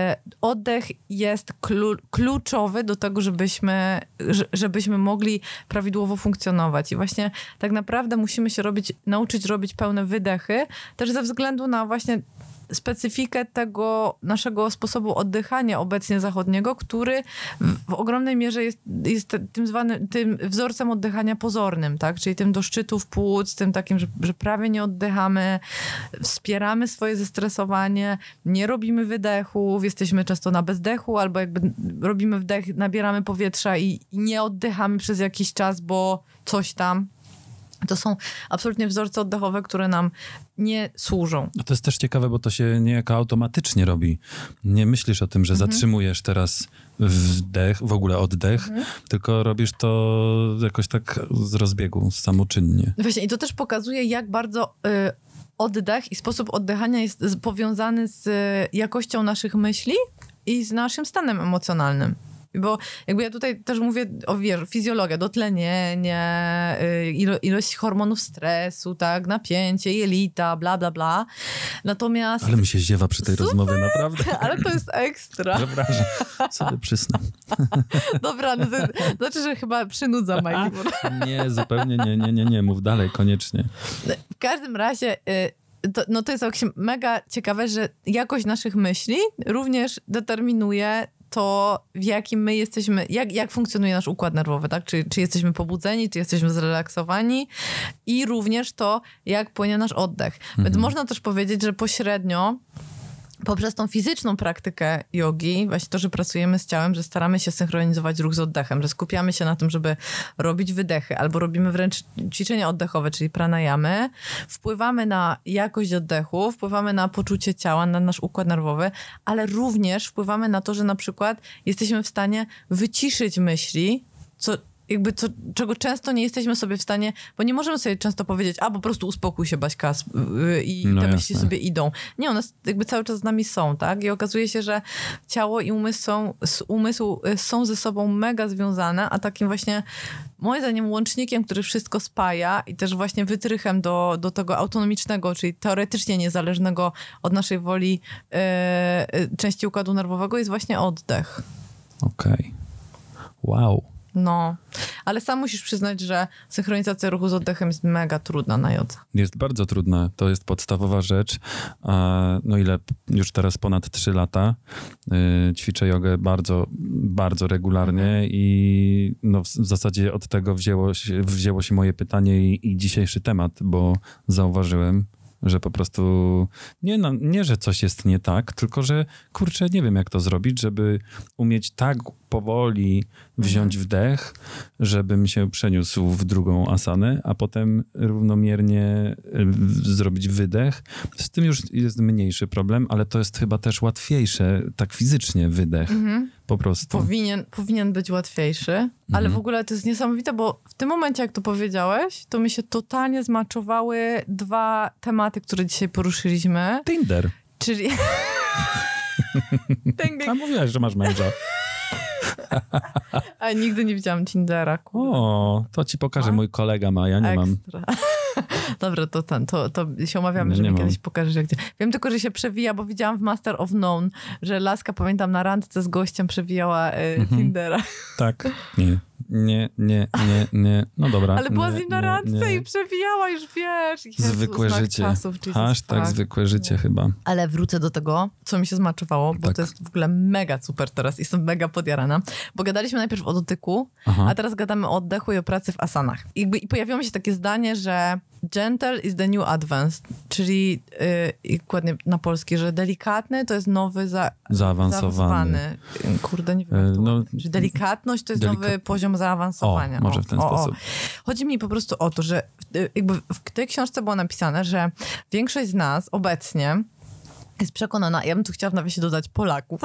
oddech jest klu- kluczowy do tego, żebyśmy, żebyśmy mogli prawidłowo funkcjonować. I właśnie tak naprawdę musimy się robić, nauczyć robić pełne wydechy, też ze względu na właśnie specyfikę tego naszego sposobu oddychania obecnie zachodniego, który w, w ogromnej mierze jest, jest tym zwanym, tym wzorcem oddychania pozornym, tak? Czyli tym do szczytów płuc, tym takim, że, że prawie nie oddychamy, wspieramy swoje zestresowanie, nie robimy wydechów, jesteśmy często na bezdechu, albo jakby robimy wdech, nabieramy powietrza i, i nie oddychamy przez jakiś czas, bo coś tam. To są absolutnie wzorce oddechowe, które nam nie służą. A to jest też ciekawe, bo to się niejako automatycznie robi. Nie myślisz o tym, że mhm. zatrzymujesz teraz wdech, w ogóle oddech, mhm. tylko robisz to jakoś tak z rozbiegu, samoczynnie. Właśnie i to też pokazuje, jak bardzo y, oddech i sposób oddychania jest powiązany z jakością naszych myśli i z naszym stanem emocjonalnym. Bo jakby ja tutaj też mówię o, wiesz, fizjologia, dotlenienie, ilo, ilość hormonów stresu, tak, napięcie, jelita, bla, bla, bla. Natomiast... Ale mi się ziewa przy tej Super, rozmowie, naprawdę. Ale to jest ekstra. Przepraszam, sobie przysnę. Dobra, no to znaczy, że chyba przynudza Majki. Nie, zupełnie nie, nie, nie, nie, mów dalej, koniecznie. W każdym razie... To, no to jest mega ciekawe, że jakość naszych myśli również determinuje to, w jakim my jesteśmy, jak, jak funkcjonuje nasz układ nerwowy, tak? Czy, czy jesteśmy pobudzeni, czy jesteśmy zrelaksowani i również to, jak płynie nasz oddech. Mhm. Więc można też powiedzieć, że pośrednio poprzez tą fizyczną praktykę jogi, właśnie to, że pracujemy z ciałem, że staramy się synchronizować ruch z oddechem, że skupiamy się na tym, żeby robić wydechy, albo robimy wręcz ćwiczenia oddechowe, czyli pranayamy, wpływamy na jakość oddechu, wpływamy na poczucie ciała, na nasz układ nerwowy, ale również wpływamy na to, że na przykład jesteśmy w stanie wyciszyć myśli, co jakby co, czego często nie jesteśmy sobie w stanie, bo nie możemy sobie często powiedzieć, a po prostu uspokój się, Baśka, i no te jasne. myśli sobie idą. Nie, one jakby cały czas z nami są, tak? I okazuje się, że ciało i umysł są, umysł są ze sobą mega związane, a takim właśnie, moim zdaniem, łącznikiem, który wszystko spaja i też właśnie wytrychem do, do tego autonomicznego, czyli teoretycznie niezależnego od naszej woli yy, części układu nerwowego jest właśnie oddech. Okej. Okay. Wow. No, ale sam musisz przyznać, że synchronizacja ruchu z oddechem jest mega trudna na jodze. Jest bardzo trudna. To jest podstawowa rzecz. No ile już teraz ponad trzy lata ćwiczę jogę bardzo, bardzo regularnie mhm. i no w zasadzie od tego wzięło się, wzięło się moje pytanie i, i dzisiejszy temat, bo zauważyłem, że po prostu nie, no, nie, że coś jest nie tak, tylko że kurczę, nie wiem jak to zrobić, żeby umieć tak powoli wziąć mhm. wdech, żebym się przeniósł w drugą asanę, a potem równomiernie zrobić wydech. Z tym już jest mniejszy problem, ale to jest chyba też łatwiejsze, tak fizycznie wydech. Mhm. Po prostu. Powinien, powinien być łatwiejszy, mhm. ale w ogóle to jest niesamowite, bo w tym momencie, jak to powiedziałeś, to mi się totalnie zmaczowały dwa tematy, które dzisiaj poruszyliśmy. Tinder. Czyli... A mówiłaś, że masz męża. A nigdy nie widziałam Tindera. Kurde. O, to ci pokażę. Mój kolega ma, ja nie Ekstra. mam. Dobra, to ten, to, to się umawiamy, Nie, że nie mi mam. kiedyś pokażesz, jak gdzie. Wiem tylko, że się przewija, bo widziałam w Master of None, że laska, pamiętam, na randce z gościem przewijała y, Mhm. Tindera. Tak. Nie. Nie, nie, nie, nie. No dobra. Ale była nie, z nim na nie, randce nie. i przewijała, już wiesz. Jezu, Zwykłe znak życie. czasów, Jesus, Hashtag tak. zwykłe życie chyba. Ale wrócę do tego, co mi się zmaczowało, bo Tak. to jest w ogóle mega super teraz. Jestem mega podjarana. Bo gadaliśmy najpierw o dotyku, Aha. a teraz gadamy o oddechu i o pracy w asanach. I, jakby, i pojawiło mi się takie zdanie, że gentle is the new advanced, czyli yy, dokładnie na polski, że delikatny to jest nowy za, Zaawansowany. zaawansowany. Kurde, nie wiem jak to No, ładnie. Że delikatność to jest delika- nowy poziom zaawansowania. O, może w ten o, sposób. O. Chodzi mi po prostu o to, że y, jakby w tej książce było napisane, że większość z nas obecnie jest przekonana, ja bym tu chciała w nawiasie dodać Polaków,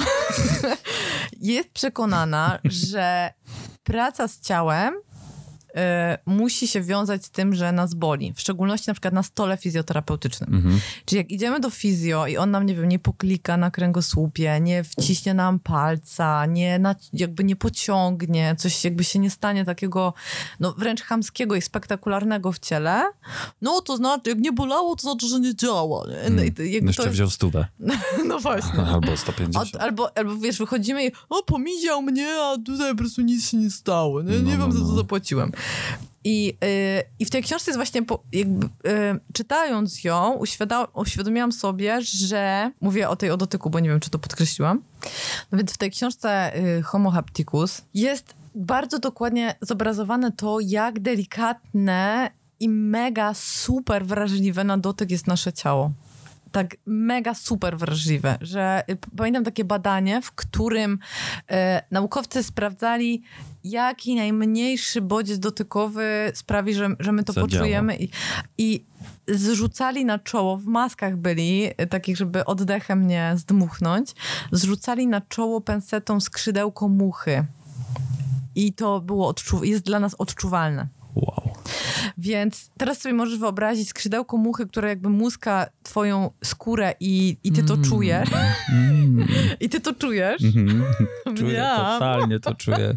jest przekonana, że praca z ciałem y, musi się wiązać z tym, że nas boli. W szczególności na przykład na stole fizjoterapeutycznym. Mhm. Czyli jak idziemy do fizjo i on nam, nie wiem, nie poklika na kręgosłupie, nie wciśnie nam palca, nie na, jakby nie pociągnie, coś jakby się nie stanie takiego, no wręcz chamskiego i spektakularnego w ciele, no to znaczy, jak nie bolało, to znaczy, że nie działa. Nie? No, i to- jakby Jeszcze to, wziął stówę. no właśnie. Albo sto pięćdziesiąt. Od, albo, albo wiesz, wychodzimy i o, pomiział mnie, a tutaj po prostu nic się nie stało. Nie, nie No, wiem, no, za co no. zapłaciłem. I, yy, I w tej książce jest właśnie, po, jakby, yy, czytając ją, uświadom, uświadomiłam sobie, że, mówię o tej o dotyku, bo nie wiem, czy to podkreśliłam, no więc w tej książce yy, Homo Hapticus jest bardzo dokładnie zobrazowane to, jak delikatne i mega super wrażliwe na dotyk jest nasze ciało. Tak mega super wrażliwe, że y, pamiętam takie badanie, w którym y, naukowcy sprawdzali, jaki najmniejszy bodziec dotykowy sprawi, że, że my to Zadziała. poczujemy i, i zrzucali na czoło, w maskach byli, y, takich, żeby oddechem nie zdmuchnąć, zrzucali na czoło pensetą skrzydełko muchy i to było odczu- jest dla nas odczuwalne. Wow. Więc teraz sobie możesz wyobrazić skrzydełko muchy, które jakby muska twoją skórę i, i ty to Mm. czujesz. Mm. I ty to czujesz. Mhm. Czuję, Ja. totalnie to czuję.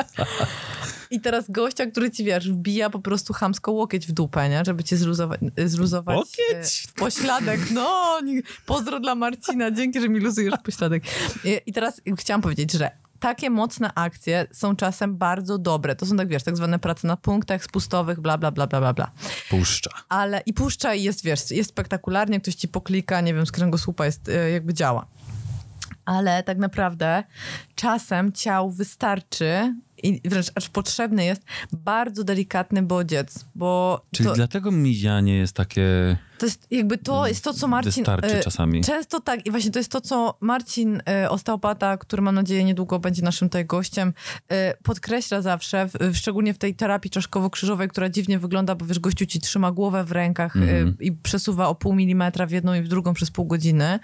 I teraz gościa, który ci, wiesz, wbija po prostu chamsko łokieć w dupę, nie? Żeby cię zluzować. zluzować Łokieć? e, pośladek. No, nie- pozdro dla Marcina. Dzięki, że mi luzujesz pośladek. I, I teraz chciałam powiedzieć, że takie mocne akcje są czasem bardzo dobre. To są, tak wiesz, tak zwane prace na punktach spustowych, bla, bla, bla, bla, bla, bla. Puszcza. Ale i puszcza i jest, wiesz, jest spektakularnie, ktoś ci poklika, nie wiem, z kręgosłupa jest, e, jakby działa. Ale tak naprawdę czasem ciału wystarczy i wręcz aż potrzebny jest bardzo delikatny bodziec, bo Czyli to, dlatego mizianie jest takie... to jest jakby to jest to, co Marcin... Wystarczy e, czasami. Często tak i właśnie to jest to, co Marcin, e, osteopata, który mam nadzieję niedługo będzie naszym tutaj gościem, e, podkreśla zawsze, w, w, szczególnie w tej terapii czaszkowo-krzyżowej, która dziwnie wygląda, bo wiesz, gościu ci trzyma głowę w rękach Mhm. e, i przesuwa o pół milimetra w jedną i w drugą przez pół godziny.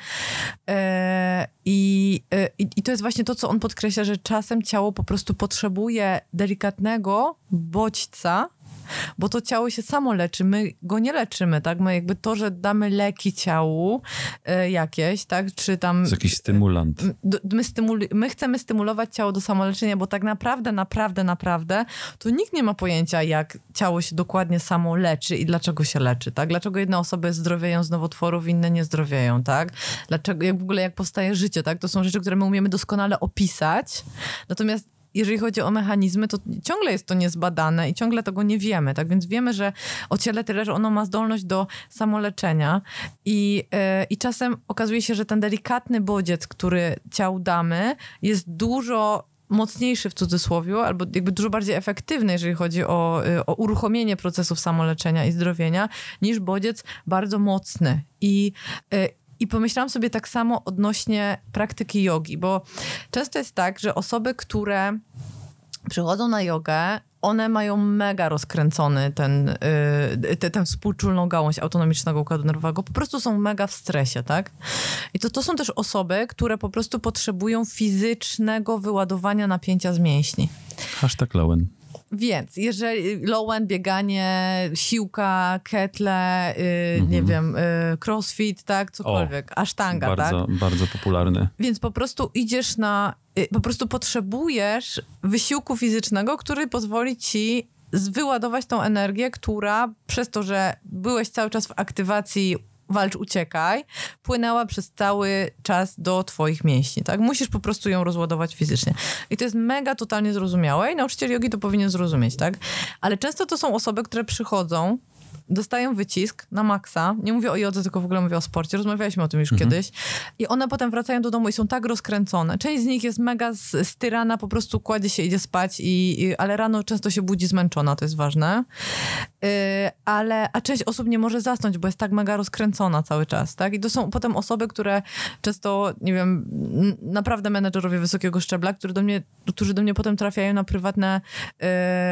E, i, e, i, I to jest właśnie to, co on podkreśla, że czasem ciało po prostu potrzebuje delikatnego bodźca, bo to ciało się samo leczy, my go nie leczymy, tak? My jakby to, że damy leki ciału e, jakieś, tak? Czy tam... To jest jakiś stymulant. D- My, stymuli- my chcemy stymulować ciało do samoleczenia, bo tak naprawdę, naprawdę, naprawdę to nikt nie ma pojęcia, jak ciało się dokładnie samo leczy i dlaczego się leczy, tak? Dlaczego jedne osoby zdrowieją z nowotworów, inne nie zdrowieją, tak? Dlaczego, jak w ogóle jak powstaje życie, tak? To są rzeczy, które my umiemy doskonale opisać, natomiast jeżeli chodzi o mechanizmy, to ciągle jest to niezbadane i ciągle tego nie wiemy, tak? Więc wiemy, że o ciele tyle, że ono ma zdolność do samoleczenia i, yy, i czasem okazuje się, że ten delikatny bodziec, który ciału damy, jest dużo mocniejszy w cudzysłowie, albo jakby dużo bardziej efektywny, jeżeli chodzi o, y, o uruchomienie procesów samoleczenia i zdrowienia, niż bodziec bardzo mocny. I y, I pomyślałam sobie tak samo odnośnie praktyki jogi, bo często jest tak, że osoby, które przychodzą na jogę, one mają mega rozkręcony ten, yy, te, tę współczulną gałąź autonomicznego układu nerwowego. Po prostu są mega w stresie, tak? I to, to są też osoby, które po prostu potrzebują fizycznego wyładowania napięcia z mięśni. Hashtag Lowen. Więc jeżeli low-end, bieganie, siłka, ketle, yy, Mhm. nie wiem, yy, crossfit, tak, cokolwiek, asztanga, Bardzo, tak? bardzo popularny. Więc po prostu idziesz na, yy, po prostu potrzebujesz wysiłku fizycznego, który pozwoli ci z- wyładować tą energię, która przez to, że byłeś cały czas w aktywacji walcz, uciekaj, płynęła przez cały czas do twoich mięśni, tak? Musisz po prostu ją rozładować fizycznie. I to jest mega totalnie zrozumiałe i nauczyciel jogi to powinien zrozumieć, tak? Ale często to są osoby, które przychodzą, dostają wycisk na maksa, nie mówię o jodze, tylko w ogóle mówię o sporcie, rozmawialiśmy o tym już Mhm. kiedyś i one potem wracają do domu i są tak rozkręcone. Część z nich jest mega z- styrana, po prostu kładzie się, idzie spać, i, i, ale rano często się budzi zmęczona, to jest ważne. Yy, ale, a część osób nie może zasnąć, bo jest tak mega rozkręcona cały czas, tak? I to są potem osoby, które często, nie wiem, n- naprawdę menedżerowie wysokiego szczebla, którzy do mnie, którzy do mnie potem trafiają na prywatne yy,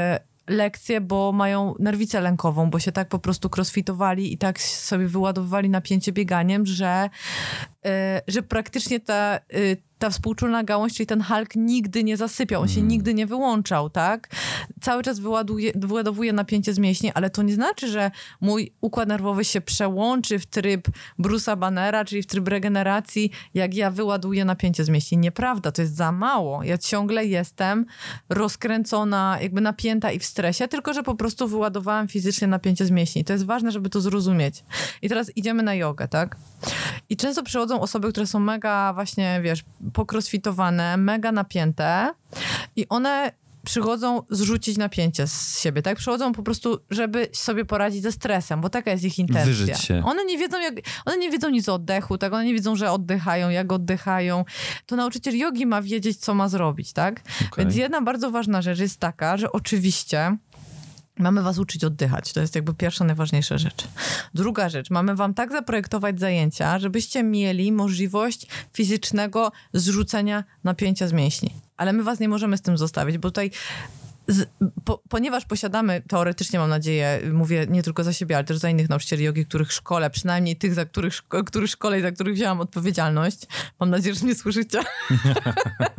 lekcje, bo mają nerwicę lękową, bo się tak po prostu crossfitowali i tak sobie wyładowywali napięcie bieganiem, że, yy, że praktycznie ta, yy, ta współczulna gałąź, czyli ten Hulk nigdy nie zasypiał, on się nigdy nie wyłączał, tak? Cały czas wyładuje, wyładowuje napięcie z mięśni, ale to nie znaczy, że mój układ nerwowy się przełączy w tryb Bruce'a Bannera, czyli w tryb regeneracji, jak ja wyładuję napięcie z mięśni. Nieprawda, to jest za mało. Ja ciągle jestem rozkręcona, jakby napięta i w stresie, tylko że po prostu wyładowałam fizycznie napięcie z mięśni. To jest ważne, żeby to zrozumieć. I teraz idziemy na jogę, tak? I często przychodzą osoby, które są mega właśnie, wiesz, pokrosfitowane, mega napięte i one przychodzą zrzucić napięcie z siebie, tak? Przychodzą po prostu, żeby sobie poradzić ze stresem, bo taka jest ich intencja. Wyżyć się. One nie wiedzą, jak, one nie wiedzą nic o oddechu, tak? One nie wiedzą, że oddychają, jak oddychają. To nauczyciel jogi ma wiedzieć, co ma zrobić, tak? Okay. Więc jedna bardzo ważna rzecz jest taka, że oczywiście mamy was uczyć oddychać. To jest jakby pierwsza, najważniejsza rzecz. Druga rzecz. Mamy wam tak zaprojektować zajęcia, żebyście mieli możliwość fizycznego zrzucenia napięcia z mięśni. Ale my was nie możemy z tym zostawić, bo tutaj z, po, ponieważ posiadamy, teoretycznie mam nadzieję, mówię nie tylko za siebie, ale też za innych nauczycieli jogi, których szkole, przynajmniej tych, za których, szko, których szkole i za których wzięłam odpowiedzialność. Mam nadzieję, że mnie słyszycie.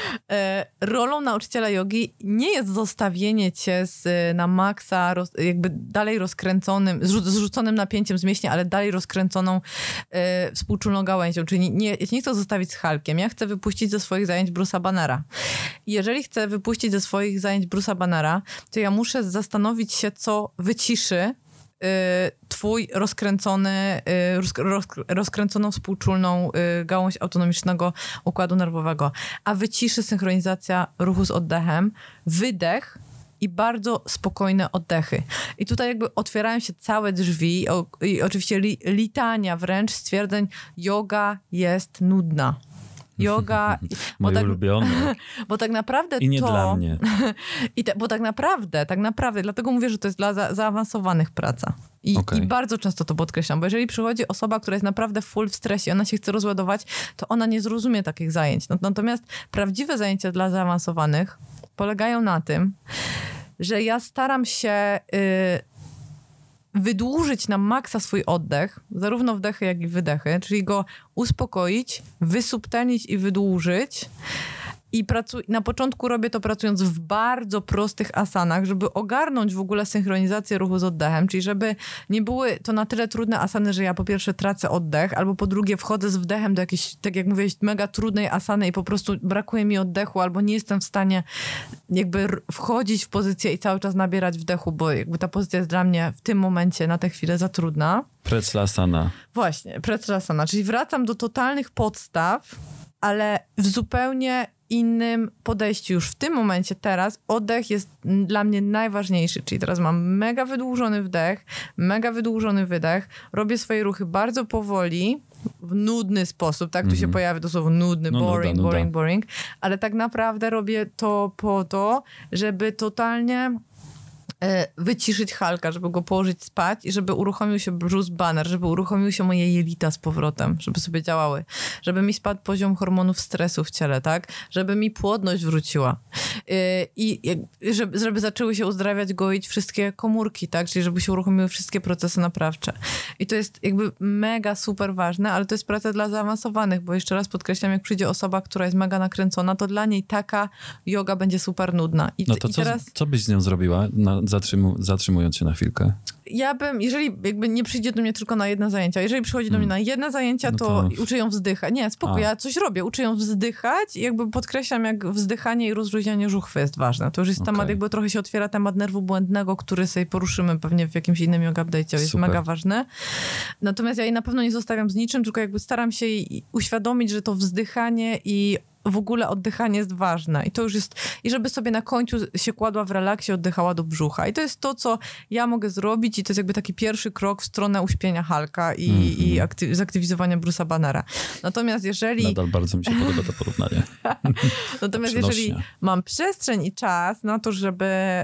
e, rolą nauczyciela jogi nie jest zostawienie cię z, na maksa, roz, jakby dalej rozkręconym, zrzu, zrzuconym napięciem z mięśnia, ale dalej rozkręconą e, współczulną gałęzią. Czyli nie, ja nie chcę zostawić z Hulkiem, ja chcę wypuścić ze swoich zajęć Bruce'a Bannera. I jeżeli chcę wypuścić ze swoich zajęć Bruce'a Bannera, to ja muszę zastanowić się, co wyciszy twój rozkręcony, rozkręconą współczulną gałąź autonomicznego układu nerwowego, a wyciszy synchronizacja ruchu z oddechem, wydech i bardzo spokojne oddechy. I tutaj jakby otwierają się całe drzwi o, i oczywiście li, litania wręcz stwierdzeń, yoga jest nudna. Yoga... Moje tak, ulubione. Bo tak naprawdę I nie to... dla mnie. I te, bo tak naprawdę, tak naprawdę, dlatego mówię, że to jest dla za, zaawansowanych praca. I, okay. I bardzo często to podkreślam, bo jeżeli przychodzi osoba, która jest naprawdę full w stresie, ona się chce rozładować, to ona nie zrozumie takich zajęć. No, natomiast prawdziwe zajęcia dla zaawansowanych polegają na tym, że ja staram się... Yy, wydłużyć na maksa swój oddech, zarówno wdechy, jak i wydechy, czyli go uspokoić, wysubtelnić i wydłużyć. I pracuj, na początku robię to pracując w bardzo prostych asanach, żeby ogarnąć w ogóle synchronizację ruchu z oddechem, czyli żeby nie były to na tyle trudne asany, że ja po pierwsze tracę oddech, albo po drugie wchodzę z wdechem do jakiejś, tak jak mówiłeś, mega trudnej asany i po prostu brakuje mi oddechu, albo nie jestem w stanie jakby wchodzić w pozycję i cały czas nabierać wdechu, bo jakby ta pozycja jest dla mnie w tym momencie na tę chwilę za trudna. Preclasana. Właśnie, preclasana, czyli wracam do totalnych podstaw, ale w zupełnie innym podejściu już w tym momencie teraz oddech jest dla mnie najważniejszy, czyli teraz mam mega wydłużony wdech, mega wydłużony wydech, robię swoje ruchy bardzo powoli, w nudny sposób, tak? Tu mm. się pojawia to słowo nudny, no, boring, nuda, nuda. boring, boring, ale tak naprawdę robię to po to, żeby totalnie wyciszyć Hulka, żeby go położyć spać i żeby uruchomił się Bruce Banner, żeby uruchomił się moje jelita z powrotem, żeby sobie działały, żeby mi spadł poziom hormonów stresu w ciele, tak? Żeby mi płodność wróciła i żeby, żeby zaczęły się uzdrawiać, goić wszystkie komórki, tak? Czyli żeby się uruchomiły wszystkie procesy naprawcze. I to jest jakby mega super ważne, ale to jest praca dla zaawansowanych, bo jeszcze raz podkreślam, jak przyjdzie osoba, która jest mega nakręcona, to dla niej taka yoga będzie super nudna. I, no to i co, teraz... co byś z nią zrobiła? Na Zatrzymu, zatrzymując się na chwilkę. Ja bym, jeżeli jakby nie przyjdzie do mnie tylko na jedne zajęcia, jeżeli przychodzi do mnie na jedne zajęcia, no to, to uczę ją wzdychać. Nie, spoko, A. ja coś robię, uczę ją wzdychać i jakby podkreślam, jak wzdychanie i rozluźnianie żuchwy jest ważne. To już jest okay. temat, jakby trochę się otwiera temat nerwu błędnego, który sobie poruszymy pewnie w jakimś innym yoga update'cie, jest Super. mega ważny. Natomiast ja jej na pewno nie zostawiam z niczym, tylko jakby staram się jej uświadomić, że to wzdychanie i w ogóle oddychanie jest ważne. I to już jest, i żeby sobie na końcu się kładła w relaksie, oddychała do brzucha. I to jest to, co ja mogę zrobić i to jest jakby taki pierwszy krok w stronę uśpienia Hulka i, mm-hmm. i akty- zaktywizowania Bruce'a Bannera. Natomiast jeżeli... Nadal bardzo mi się podoba to porównanie. Natomiast jeżeli mam przestrzeń i czas na to, żeby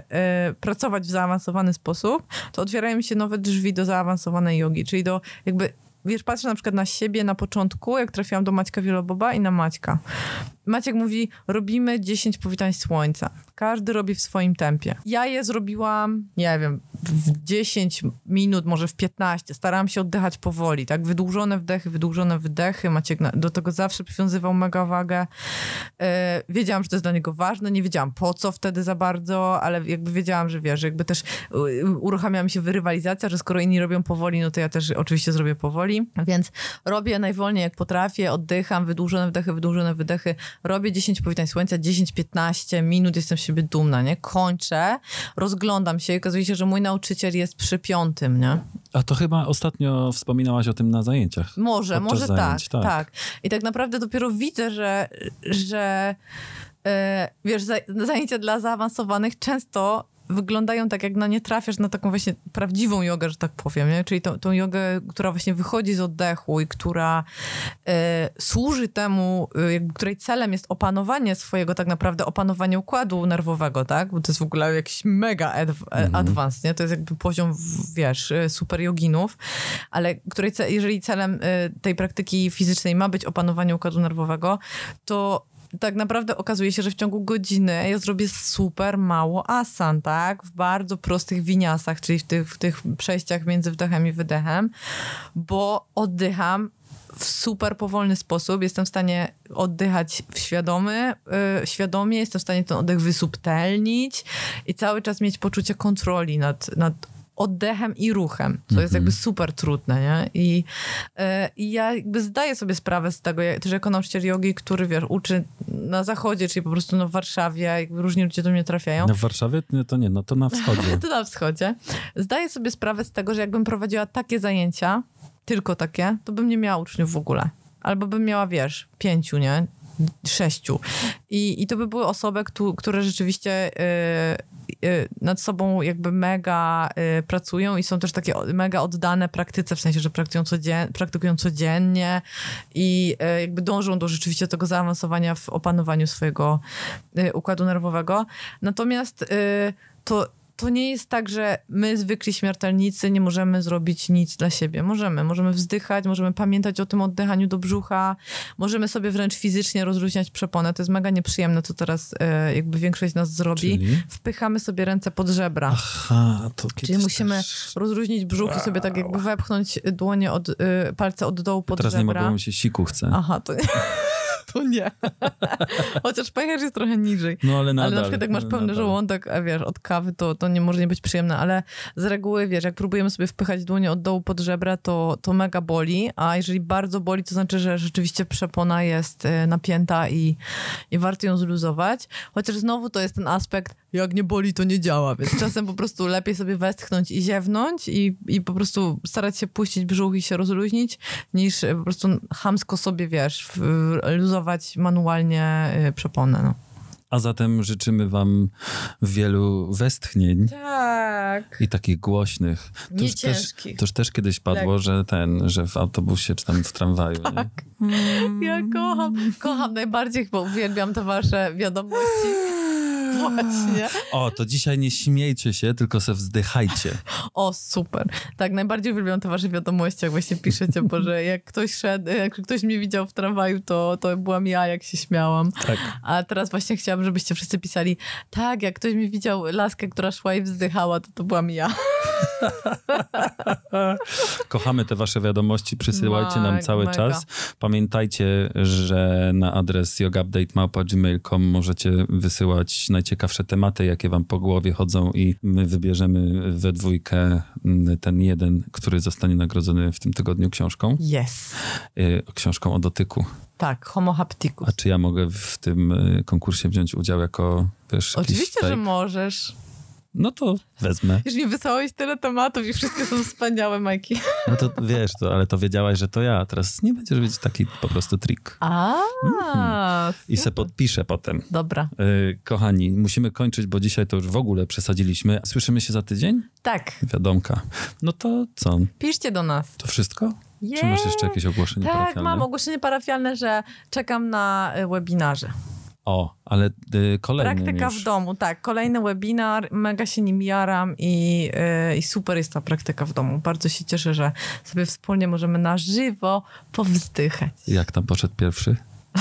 y, pracować w zaawansowany sposób, to otwierają mi się nowe drzwi do zaawansowanej jogi, czyli do jakby wiesz, patrzę na przykład na siebie na początku, jak trafiłam do Maćka Wieloboba i na Maćka. Maciek mówi, robimy dziesięć powitań słońca. Każdy robi w swoim tempie. Ja je zrobiłam, nie wiem, w dziesięć minut, może w piętnaście. Starałam się oddychać powoli, tak? Wydłużone wdechy, wydłużone wydechy. Maciek do tego zawsze przywiązywał mega wagę. Yy, wiedziałam, że to jest dla niego ważne. Nie wiedziałam po co wtedy za bardzo, ale jakby wiedziałam, że wiesz, jakby też uruchamiała mi się rywalizacja, że skoro inni robią powoli, no to ja też oczywiście zrobię powoli. Więc robię najwolniej jak potrafię, oddycham, wydłużone wdechy, wydłużone wydechy. Robię dziesięć powitań słońca, dziesięć piętnaście minut, jestem z siebie dumna, nie? Kończę, rozglądam się i okazuje się, że mój nauczyciel jest przy piątym, nie? A to chyba ostatnio wspominałaś o tym na zajęciach. Może, może zajęć, tak, tak, tak. I tak naprawdę dopiero widzę, że, że yy, wiesz, zajęcia dla zaawansowanych często wyglądają tak, jak na nie trafiasz na taką właśnie prawdziwą jogę, że tak powiem, nie? Czyli tą, tą jogę, która właśnie wychodzi z oddechu i która e, służy temu, e, jakby, której celem jest opanowanie swojego tak naprawdę, opanowanie układu nerwowego, tak? Bo to jest w ogóle jakiś mega adv- mm-hmm. advance, nie? To jest jakby poziom, wiesz, super joginów, ale której, ce- jeżeli celem e, tej praktyki fizycznej ma być opanowanie układu nerwowego, to tak naprawdę okazuje się, że w ciągu godziny ja zrobię super mało asan, tak? W bardzo prostych winiasach, czyli w tych, w tych przejściach między wdechem i wydechem, bo oddycham w super powolny sposób. Jestem w stanie oddychać w świadomy, yy, świadomie, jestem w stanie ten oddech wysubtelnić i cały czas mieć poczucie kontroli nad, nad oddechem i ruchem, co jest jakby super trudne, nie? I, yy, i ja jakby zdaję sobie sprawę z tego, ja, też jako nauczyciel jogi, który, wiesz, uczy na zachodzie, czyli po prostu no, w Warszawie, jakby różni ludzie do mnie trafiają. No w Warszawie? Nie, to nie, no to na wschodzie. To na wschodzie. Zdaję sobie sprawę z tego, że jakbym prowadziła takie zajęcia, tylko takie, to bym nie miała uczniów w ogóle. Albo bym miała, wiesz, pięciu, nie? Sześciu. I, i to by były osoby, które rzeczywiście yy, yy, nad sobą jakby mega yy, pracują i są też takie mega oddane praktyce, w sensie, że praktykują, codzien- praktykują codziennie i yy, jakby dążą do rzeczywiście tego zaawansowania w opanowaniu swojego yy, układu nerwowego. Natomiast yy, to To nie jest tak, że my, zwykli śmiertelnicy, nie możemy zrobić nic dla siebie. Możemy. Możemy wzdychać, możemy pamiętać o tym oddychaniu do brzucha, możemy sobie wręcz fizycznie rozluźniać przeponę. To jest mega nieprzyjemne, co teraz e, jakby większość z nas zrobi. Czyli? Wpychamy sobie ręce pod żebra. Aha, to Czyli musimy też... rozluźnić brzuch i sobie tak jakby wepchnąć dłonie, od, y, palce od dołu pod Teraz żebra. nie mogło mi się siku chce. Aha, to nie. To nie. Chociaż pęcherz jest trochę niżej. No ale nadal. Ale na przykład jak masz pełny nadal. żołądek, a wiesz, od kawy, to, to nie może nie być przyjemne, ale z reguły, wiesz, jak próbujemy sobie wpychać dłonie od dołu pod żebra, to, to mega boli, a jeżeli bardzo boli, to znaczy, że rzeczywiście przepona jest napięta i, i warto ją zluzować. Chociaż znowu to jest ten aspekt, jak nie boli, to nie działa, więc czasem po prostu lepiej sobie westchnąć i ziewnąć i, i po prostu starać się puścić brzuch i się rozluźnić, niż po prostu chamsko sobie, wiesz, luzować manualnie przeponę, no. A zatem życzymy wam wielu westchnień. Tak. I takich głośnych. To Nie już też, ciężkich. to już też kiedyś padło, że ten, że w autobusie czy tam w tramwaju. Tak. Nie? Ja kocham, kocham najbardziej, bo uwielbiam te wasze wiadomości. Właśnie. O, to dzisiaj nie śmiejcie się, tylko se wzdychajcie. O, super. Tak, najbardziej uwielbiam te wasze wiadomości, jak właśnie piszecie, bo że jak ktoś szedł, jak ktoś mnie widział w tramwaju, to, to byłam ja, jak się śmiałam. Tak. A teraz właśnie chciałam, żebyście wszyscy pisali, tak, jak ktoś mi widział laskę, która szła i wzdychała, to to byłam ja. Kochamy te wasze wiadomości, przysyłajcie nam cały Mega. czas. Pamiętajcie, że na adres yogaupdate małpa gmail kropka com możecie wysyłać najciekawsze tematy, jakie wam po głowie chodzą i my wybierzemy we dwójkę ten jeden, który zostanie nagrodzony w tym tygodniu książką. Yes. Y, książką o dotyku. Tak, homo hapticus. A czy ja mogę w tym y, konkursie wziąć udział jako, wiesz, jakiś Oczywiście, fake? że możesz. No to wezmę. Już mi wysłałeś tyle tematów i wszystkie są wspaniałe, Majki. No to wiesz, to, ale to wiedziałaś, że to ja. Teraz nie będziesz wiedzieć taki po prostu trik. A, Mhm. I se podpiszę potem. Dobra. Yy, kochani, musimy kończyć, bo dzisiaj to już w ogóle przesadziliśmy. Słyszymy się za tydzień? Tak, Wiadomka. No to co? piszcie do nas. To wszystko? Yeah. Czy masz jeszcze jakieś ogłoszenie Tak, parafialne? mam ogłoszenie parafialne, że czekam na y, webinarze. O, ale y, kolejny Praktyka już. w domu, tak. Kolejny webinar, mega się nim jaram i, yy, i super jest ta praktyka w domu. Bardzo się cieszę, że sobie wspólnie możemy na żywo powzdychać. Jak tam poszedł pierwszy?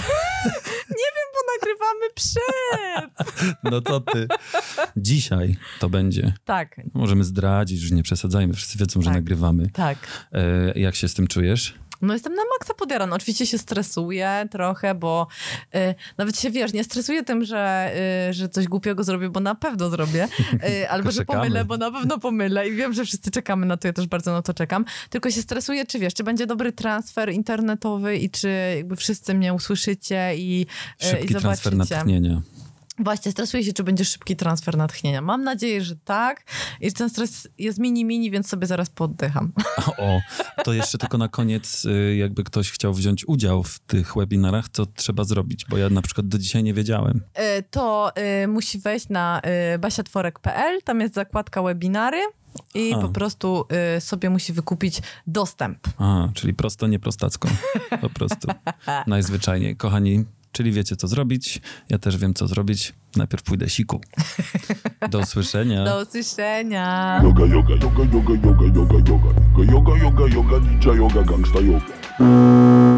Nie wiem, bo nagrywamy przed. No to ty. Dzisiaj to będzie. Tak, Możemy zdradzić, już nie przesadzajmy. Wszyscy wiedzą, że Tak. nagrywamy. tak. Y, jak się z tym czujesz? No jestem na maksa podjarana. Oczywiście się stresuję trochę, bo y, nawet się, wiesz, nie stresuję tym, że, y, że coś głupiego zrobię, bo na pewno zrobię. Y, albo, że czekamy. pomylę, bo na pewno pomylę. I wiem, że wszyscy czekamy na to, ja też bardzo na to czekam. Tylko się stresuję, czy wiesz, czy będzie dobry transfer internetowy i czy jakby wszyscy mnie usłyszycie i, y, Szybki i zobaczycie. transfer natchnienia. Właśnie, stresuję się, czy będzie szybki transfer natchnienia. Mam nadzieję, że tak. I ten stres jest mini, mini, więc sobie zaraz poddycham. O, to jeszcze tylko na koniec, y, jakby ktoś chciał wziąć udział w tych webinarach, co trzeba zrobić? Bo ja na przykład do dzisiaj nie wiedziałem. Y, to y, musi wejść na y, basiatworek kropka p l, tam jest zakładka webinary i A. po prostu y, sobie musi wykupić dostęp. A, czyli prosto, nie prostacko. Po prostu. Najzwyczajniej. Kochani, czyli wiecie, co zrobić. Ja też wiem, co zrobić. Najpierw pójdę siku. Do usłyszenia. Do usłyszenia. Yoga, yoga, yoga, yoga, yoga, yoga, yoga, yoga, yoga, yoga, yoga, ninja yoga, gangsta yoga.